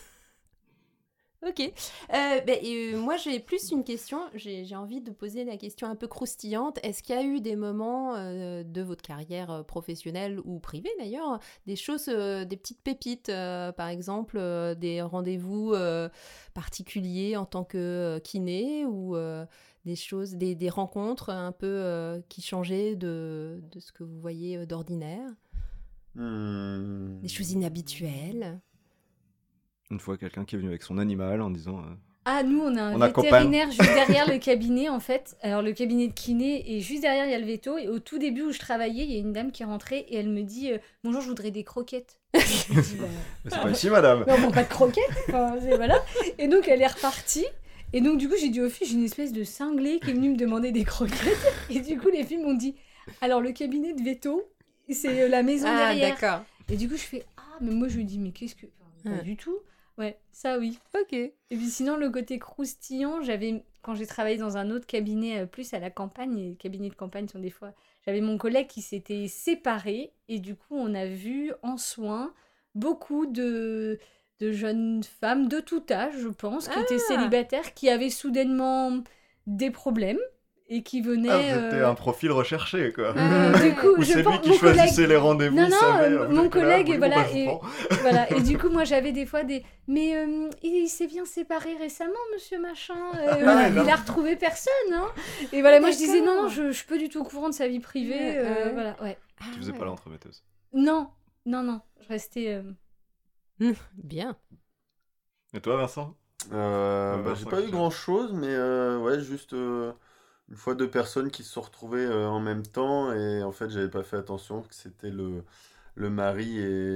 Ok. Moi, j'ai plus une question. J'ai envie de poser la question un peu croustillante. Est-ce qu'il y a eu des moments de votre carrière professionnelle ou privée d'ailleurs, des choses, des petites pépites, par exemple, des rendez-vous particuliers en tant que kiné ou des choses, des rencontres un peu qui changeaient de ce que vous voyez d'ordinaire, des choses inhabituelles. Une fois, quelqu'un qui est venu avec son animal en disant Ah, nous, on a un On a vétérinaire juste derrière le cabinet, en fait. Alors, le cabinet de kiné, et juste derrière, il y a le veto. Et au tout début où je travaillais, il y a une dame qui est rentrée et elle me dit Bonjour, je voudrais des croquettes. Je lui dis, bah, Mais c'est pas ici, madame. mais on vend pas de croquettes. Enfin, voilà. Et donc, elle est repartie. Et donc, du coup, j'ai dit aux filles J'ai une espèce de cinglé qui est venu me demander des croquettes. Et du coup, les filles m'ont dit Alors, le cabinet de veto, c'est la maison Ah, derrière. d'accord. Et du coup, je fais Ah, mais moi, je lui dis Mais qu'est-ce que. Enfin, pas du tout. Ouais, ça oui. Ok. Et puis sinon, le côté croustillant, quand j'ai travaillé dans un autre cabinet, plus à la campagne, et les cabinets de campagne sont des fois... J'avais mon collègue qui s'était séparé, et du coup, on a vu en soins beaucoup de jeunes femmes de tout âge, je pense, qui étaient célibataires, qui avaient soudainement des problèmes, et qui venaient... Ah, c'était un profil recherché, quoi. Du coup, Ou je c'est pense, lui qui mon choisissait collègue- les rendez-vous, Non, il non, savait, mon vous êtes là, collègue, oui, bon, voilà, bah, je et- prends. Voilà, et du coup, moi, j'avais des fois des... Mais il s'est bien séparé récemment, monsieur machin. Voilà, non. il a retrouvé personne, hein. Et voilà, moi, je disais, d'accord. non, je suis pas du tout au courant de sa vie privée. Ouais. Voilà, ouais. Tu faisais pas l'entremetteuse. Non, je restais... Bien. Et toi, Vincent? J'ai pas eu grand chose, mais ouais, juste une fois 2 personnes qui se sont retrouvées en même temps, et en fait, j'avais pas fait attention que c'était le mari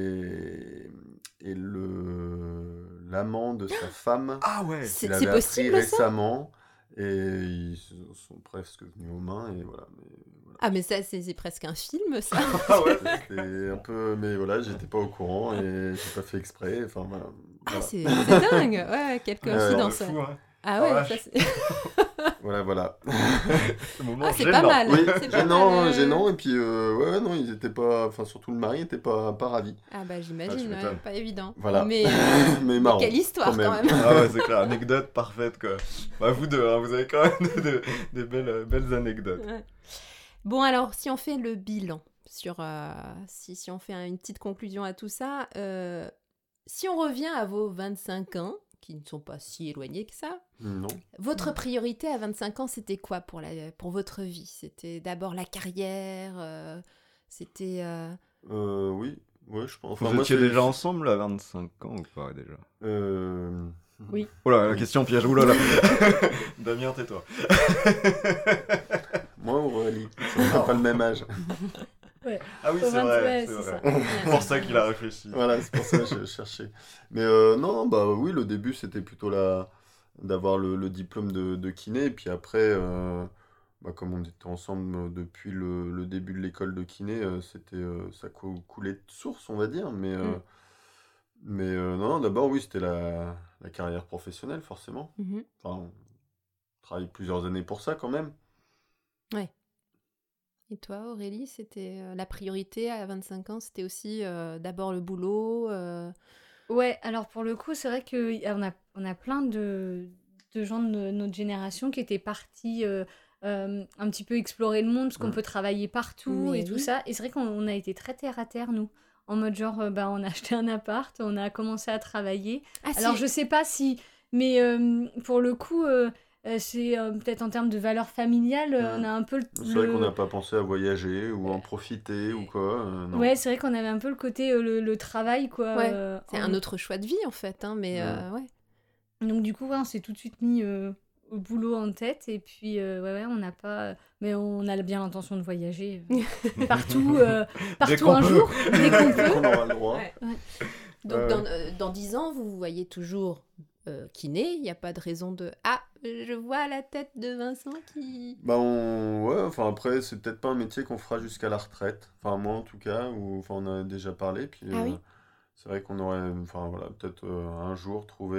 et l'amant de sa femme Ah ouais. C'est qu'il avait appris possible, ça récemment, et ils sont presque venus aux mains, et voilà. Mais, voilà. Ah, mais ça, c'est presque un film, ça. Ah ouais. C'était un peu, mais voilà, j'étais pas au courant et j'ai pas fait exprès. Enfin voilà. Ah, Voilà. c'est dingue. Ouais, quelle Ouais, coïncidence. C'est fou, hein. Ah ouais, Ah, ça vache. c'est... Voilà. Ce moment C'est gênant. pas mal. Oui, C'est pas mal, gênant, et puis ouais, non, ils étaient pas, enfin surtout le mari était pas ravi. Ah bah Ah, j'imagine, tu m'étonnes. pas évident. Voilà. Mais, Mais marrant. quelle histoire quand quand même. même. Ah ouais, c'est clair, anecdote parfaite quoi. Bah, vous deux, hein, vous avez quand même des belles anecdotes. Ouais. Bon alors, si on fait le bilan, sur, si on fait une petite conclusion à tout ça, si on revient à vos 25 ans, qui ne sont pas si éloignés que ça, Non. votre priorité à 25 ans, c'était quoi pour votre vie? C'était d'abord la carrière, c'était... Oui, je pense. Vous Enfin, moi, étiez c'est- déjà ensemble à 25 ans ou pas déjà? Oui. Oh là, la Oui. question piège, oulala. Damien, tais-toi. Moi ou Aurélie, on n'a pas le même âge. Ah oui, Au c'est 20, vrai, ouais, c'est c'est vrai. ça. C'est pour ça qu'il a réfléchi. Voilà, c'est pour ça que je cherchais. Mais non, bah oui, le début c'était plutôt d'avoir le diplôme de kiné. Et puis après, bah, comme on était ensemble depuis le début de l'école de kiné, ça coulait de source, on va dire. Mais non, d'abord, oui, c'était la carrière professionnelle, forcément. Mhm. Enfin, on travaille plusieurs années pour ça quand même. Et toi, Aurélie, c'était la priorité à 25 ans, c'était aussi d'abord le boulot. Ouais, alors pour le coup, c'est vrai qu'on a plein de gens de notre génération qui étaient partis un petit peu explorer le monde, parce qu'on Mm. peut travailler partout Mais et tout oui. ça. Et c'est vrai qu'on a été très terre à terre, nous. En mode genre, on a acheté un appart, on a commencé à travailler. Ah, Alors si. je sais pas si... Mais pour le coup, c'est peut-être en termes de valeur familiale, on a un peu C'est vrai qu'on n'a pas pensé à voyager ou en profiter ou quoi. Non. Ouais, c'est vrai qu'on avait un peu le côté le travail, quoi. Ouais, c'est un en- autre choix de vie en fait, hein, mais ouais. Donc du coup, ouais, on s'est tout de suite mis au boulot en tête. Et puis, ouais, on n'a pas... Mais on a bien l'intention de voyager partout, Dès partout qu'on un peut. jour, dès qu'on peut. On aura le droit. Ouais. Ouais. Donc Ouais. dans 10 ans, vous vous voyez toujours kiné, il n'y a pas de raison de... Ah, je vois la tête de Vincent qui... Bah ouais, enfin après c'est peut-être pas un métier qu'on fera jusqu'à la retraite. Enfin moi en tout cas, ou enfin on en a déjà parlé. Puis Ah oui. c'est vrai qu'on aurait, enfin voilà, peut-être un jour trouvé.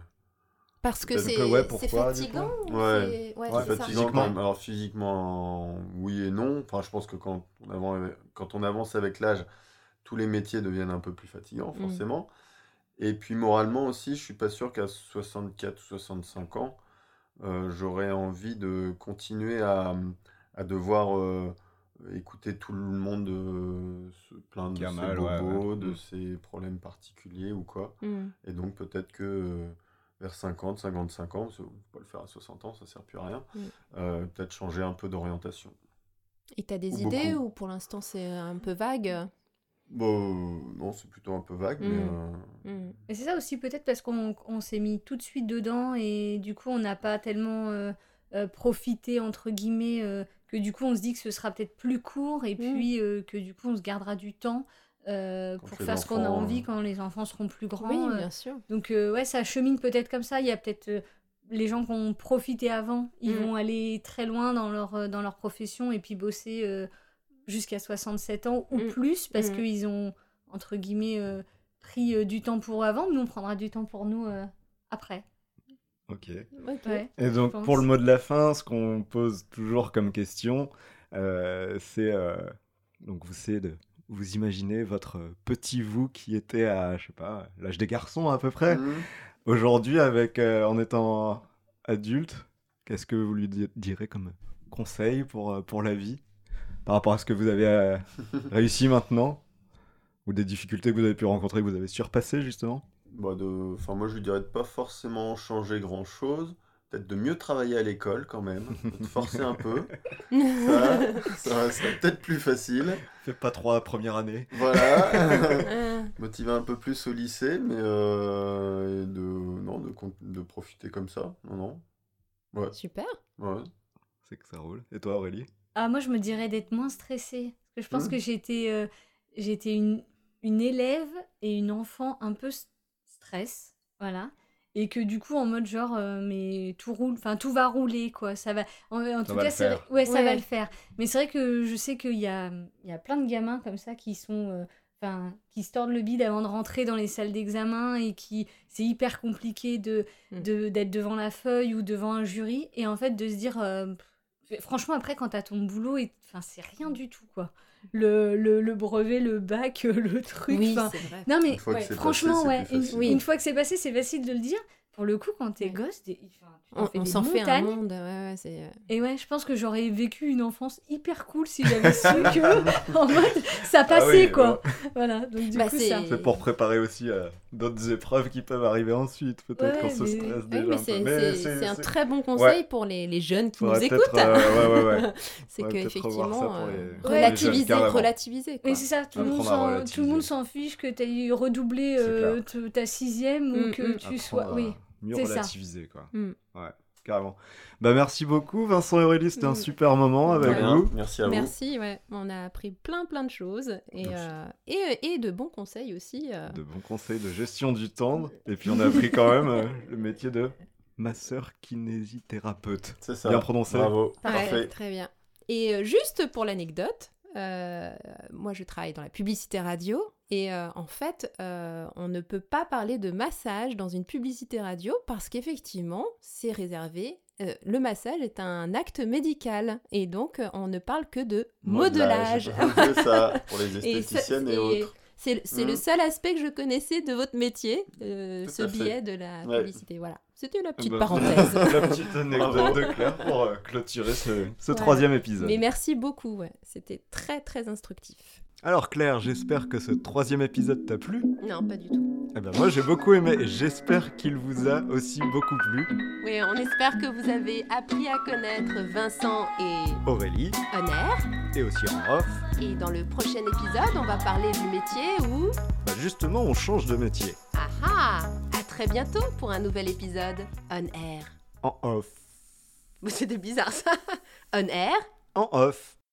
Parce que Peut-être ouais, c'est pourquoi, du fatigant coup ou Ouais. ouais, Ouais, C'est c'est ça. fatigant Physiquement. quand même. Alors physiquement, oui et non. Enfin je pense que quand on avance avec l'âge, tous les métiers deviennent un peu plus fatigants Mm. forcément. Et puis moralement aussi, je suis pas sûr qu'à 64 ou 65 ans, j'aurais envie de continuer à devoir écouter tout le monde se plaindre Qui a de ses mal, ouais, bobos, ouais. de Mm. ses problèmes particuliers ou quoi. Mm. Et donc peut-être que vers 50, 55 ans, parce qu'on peut pas le faire à 60 ans, ça sert plus à rien, Mm. peut-être changer un peu d'orientation. Et t'as des Ou idées beaucoup. ou pour l'instant c'est un peu vague? Bon, non, c'est plutôt un peu vague, mais Mm. Et c'est ça aussi peut-être parce qu'on s'est mis tout de suite dedans et du coup on n'a pas tellement profité entre guillemets que du coup on se dit que ce sera peut-être plus court et puis que du coup on se gardera du temps Quand pour les faire ce qu'on a enfants, envie quand les enfants seront plus grands. Oui, bien sûr. Donc ouais, ça chemine peut-être comme ça. Il y a peut-être les gens qui ont profité avant, ils vont aller très loin dans leur profession et puis bosser jusqu'à 67 ans ou plus parce qu'ils ont, entre guillemets, pris du temps pour eux avant. Nous, on prendra du temps pour nous après. Ok. Ok. Ouais. Et donc, pense. pour le mot de la fin, ce qu'on pose toujours comme question, c'est donc vous imaginez votre petit vous qui était à, je sais pas, l'âge des garçons à peu près. Aujourd'hui, en étant adulte, qu'est-ce que vous lui direz comme conseil pour la vie par rapport à ce que vous avez réussi maintenant ou des difficultés que vous avez pu rencontrer, que vous avez surpassées justement? Bah enfin, moi je lui dirais de pas forcément changer grand-chose, peut-être de mieux travailler à l'école quand même, de te forcer un peu, ça serait peut-être plus facile. Fais pas 3 premières années. Voilà, motiver un peu plus au lycée, mais et de profiter comme ça, non. Ouais, Super. ouais. C'est que ça roule. Et toi, Aurélie? Ah, moi, je me dirais d'être moins stressée. Parce que je pense que j'étais une élève et une enfant un peu stress, voilà. Et que du coup, en mode genre, mais tout roule, enfin tout va rouler, quoi. Ça va. En tout va cas, le faire. ouais, ça Ouais. va le faire. Mais c'est vrai que je sais qu'il y a plein de gamins comme ça qui sont qui se tordent le bide avant de rentrer dans les salles d'examen et qui c'est hyper compliqué d'être devant la feuille ou devant un jury et en fait de se dire franchement après quand t'as ton boulot c'est rien du tout quoi. Le brevet, le bac, le truc. Oui, c'est vrai. Non mais franchement, une fois que c'est passé, c'est facile de le dire. Pour le coup, quand t'es gosse, on s'en fait un monde. Et je pense que j'aurais vécu une enfance hyper cool si j'avais su que en mode ça passait quoi. Voilà. Donc du coup ça. C'est pour préparer aussi d'autres épreuves qui peuvent arriver ensuite, peut-être qu'on se stresse déjà. Mais c'est un très bon conseil pour les jeunes qui nous écoutent. C'est qu'effectivement relativiser. Et c'est ça. Tout le monde s'en fiche que t'aies redoublé ta 6e ou que tu sois. Oui. Mieux relativiser quoi. Ouais, carrément. Merci beaucoup Vincent et Aurélie, c'était un super moment avec vous. Merci à vous. Merci, on a appris plein de choses et de bons conseils aussi. De bons conseils de gestion du temps et puis on a appris quand même le métier de masseur kinésithérapeute. C'est ça. Bien prononcé. Bravo. Parfait. Très bien. Et juste pour l'anecdote, moi je travaille dans la publicité radio. Et en fait, on ne peut pas parler de massage dans une publicité radio parce qu'effectivement, c'est réservé. Le massage est un acte médical et donc on ne parle que de modelage. C'est ça, pour les esthéticiennes et autres. C'est le seul aspect que je connaissais de votre métier, ce biais de la publicité. Voilà, c'était la petite parenthèse. La petite anecdote de Claire pour clôturer ce 3e épisode. Mais merci beaucoup, c'était très très instructif. Alors Claire, j'espère que ce 3e épisode t'a plu. Non, pas du tout. Moi j'ai beaucoup aimé et j'espère qu'il vous a aussi beaucoup plu. Oui, on espère que vous avez appris à connaître Vincent et Aurélie en air. Et aussi en off. Et dans le prochain épisode, on va parler du métier où... justement, on change de métier. Ah, à très bientôt pour un nouvel épisode on air. En off. C'était bizarre ça. On air. En off.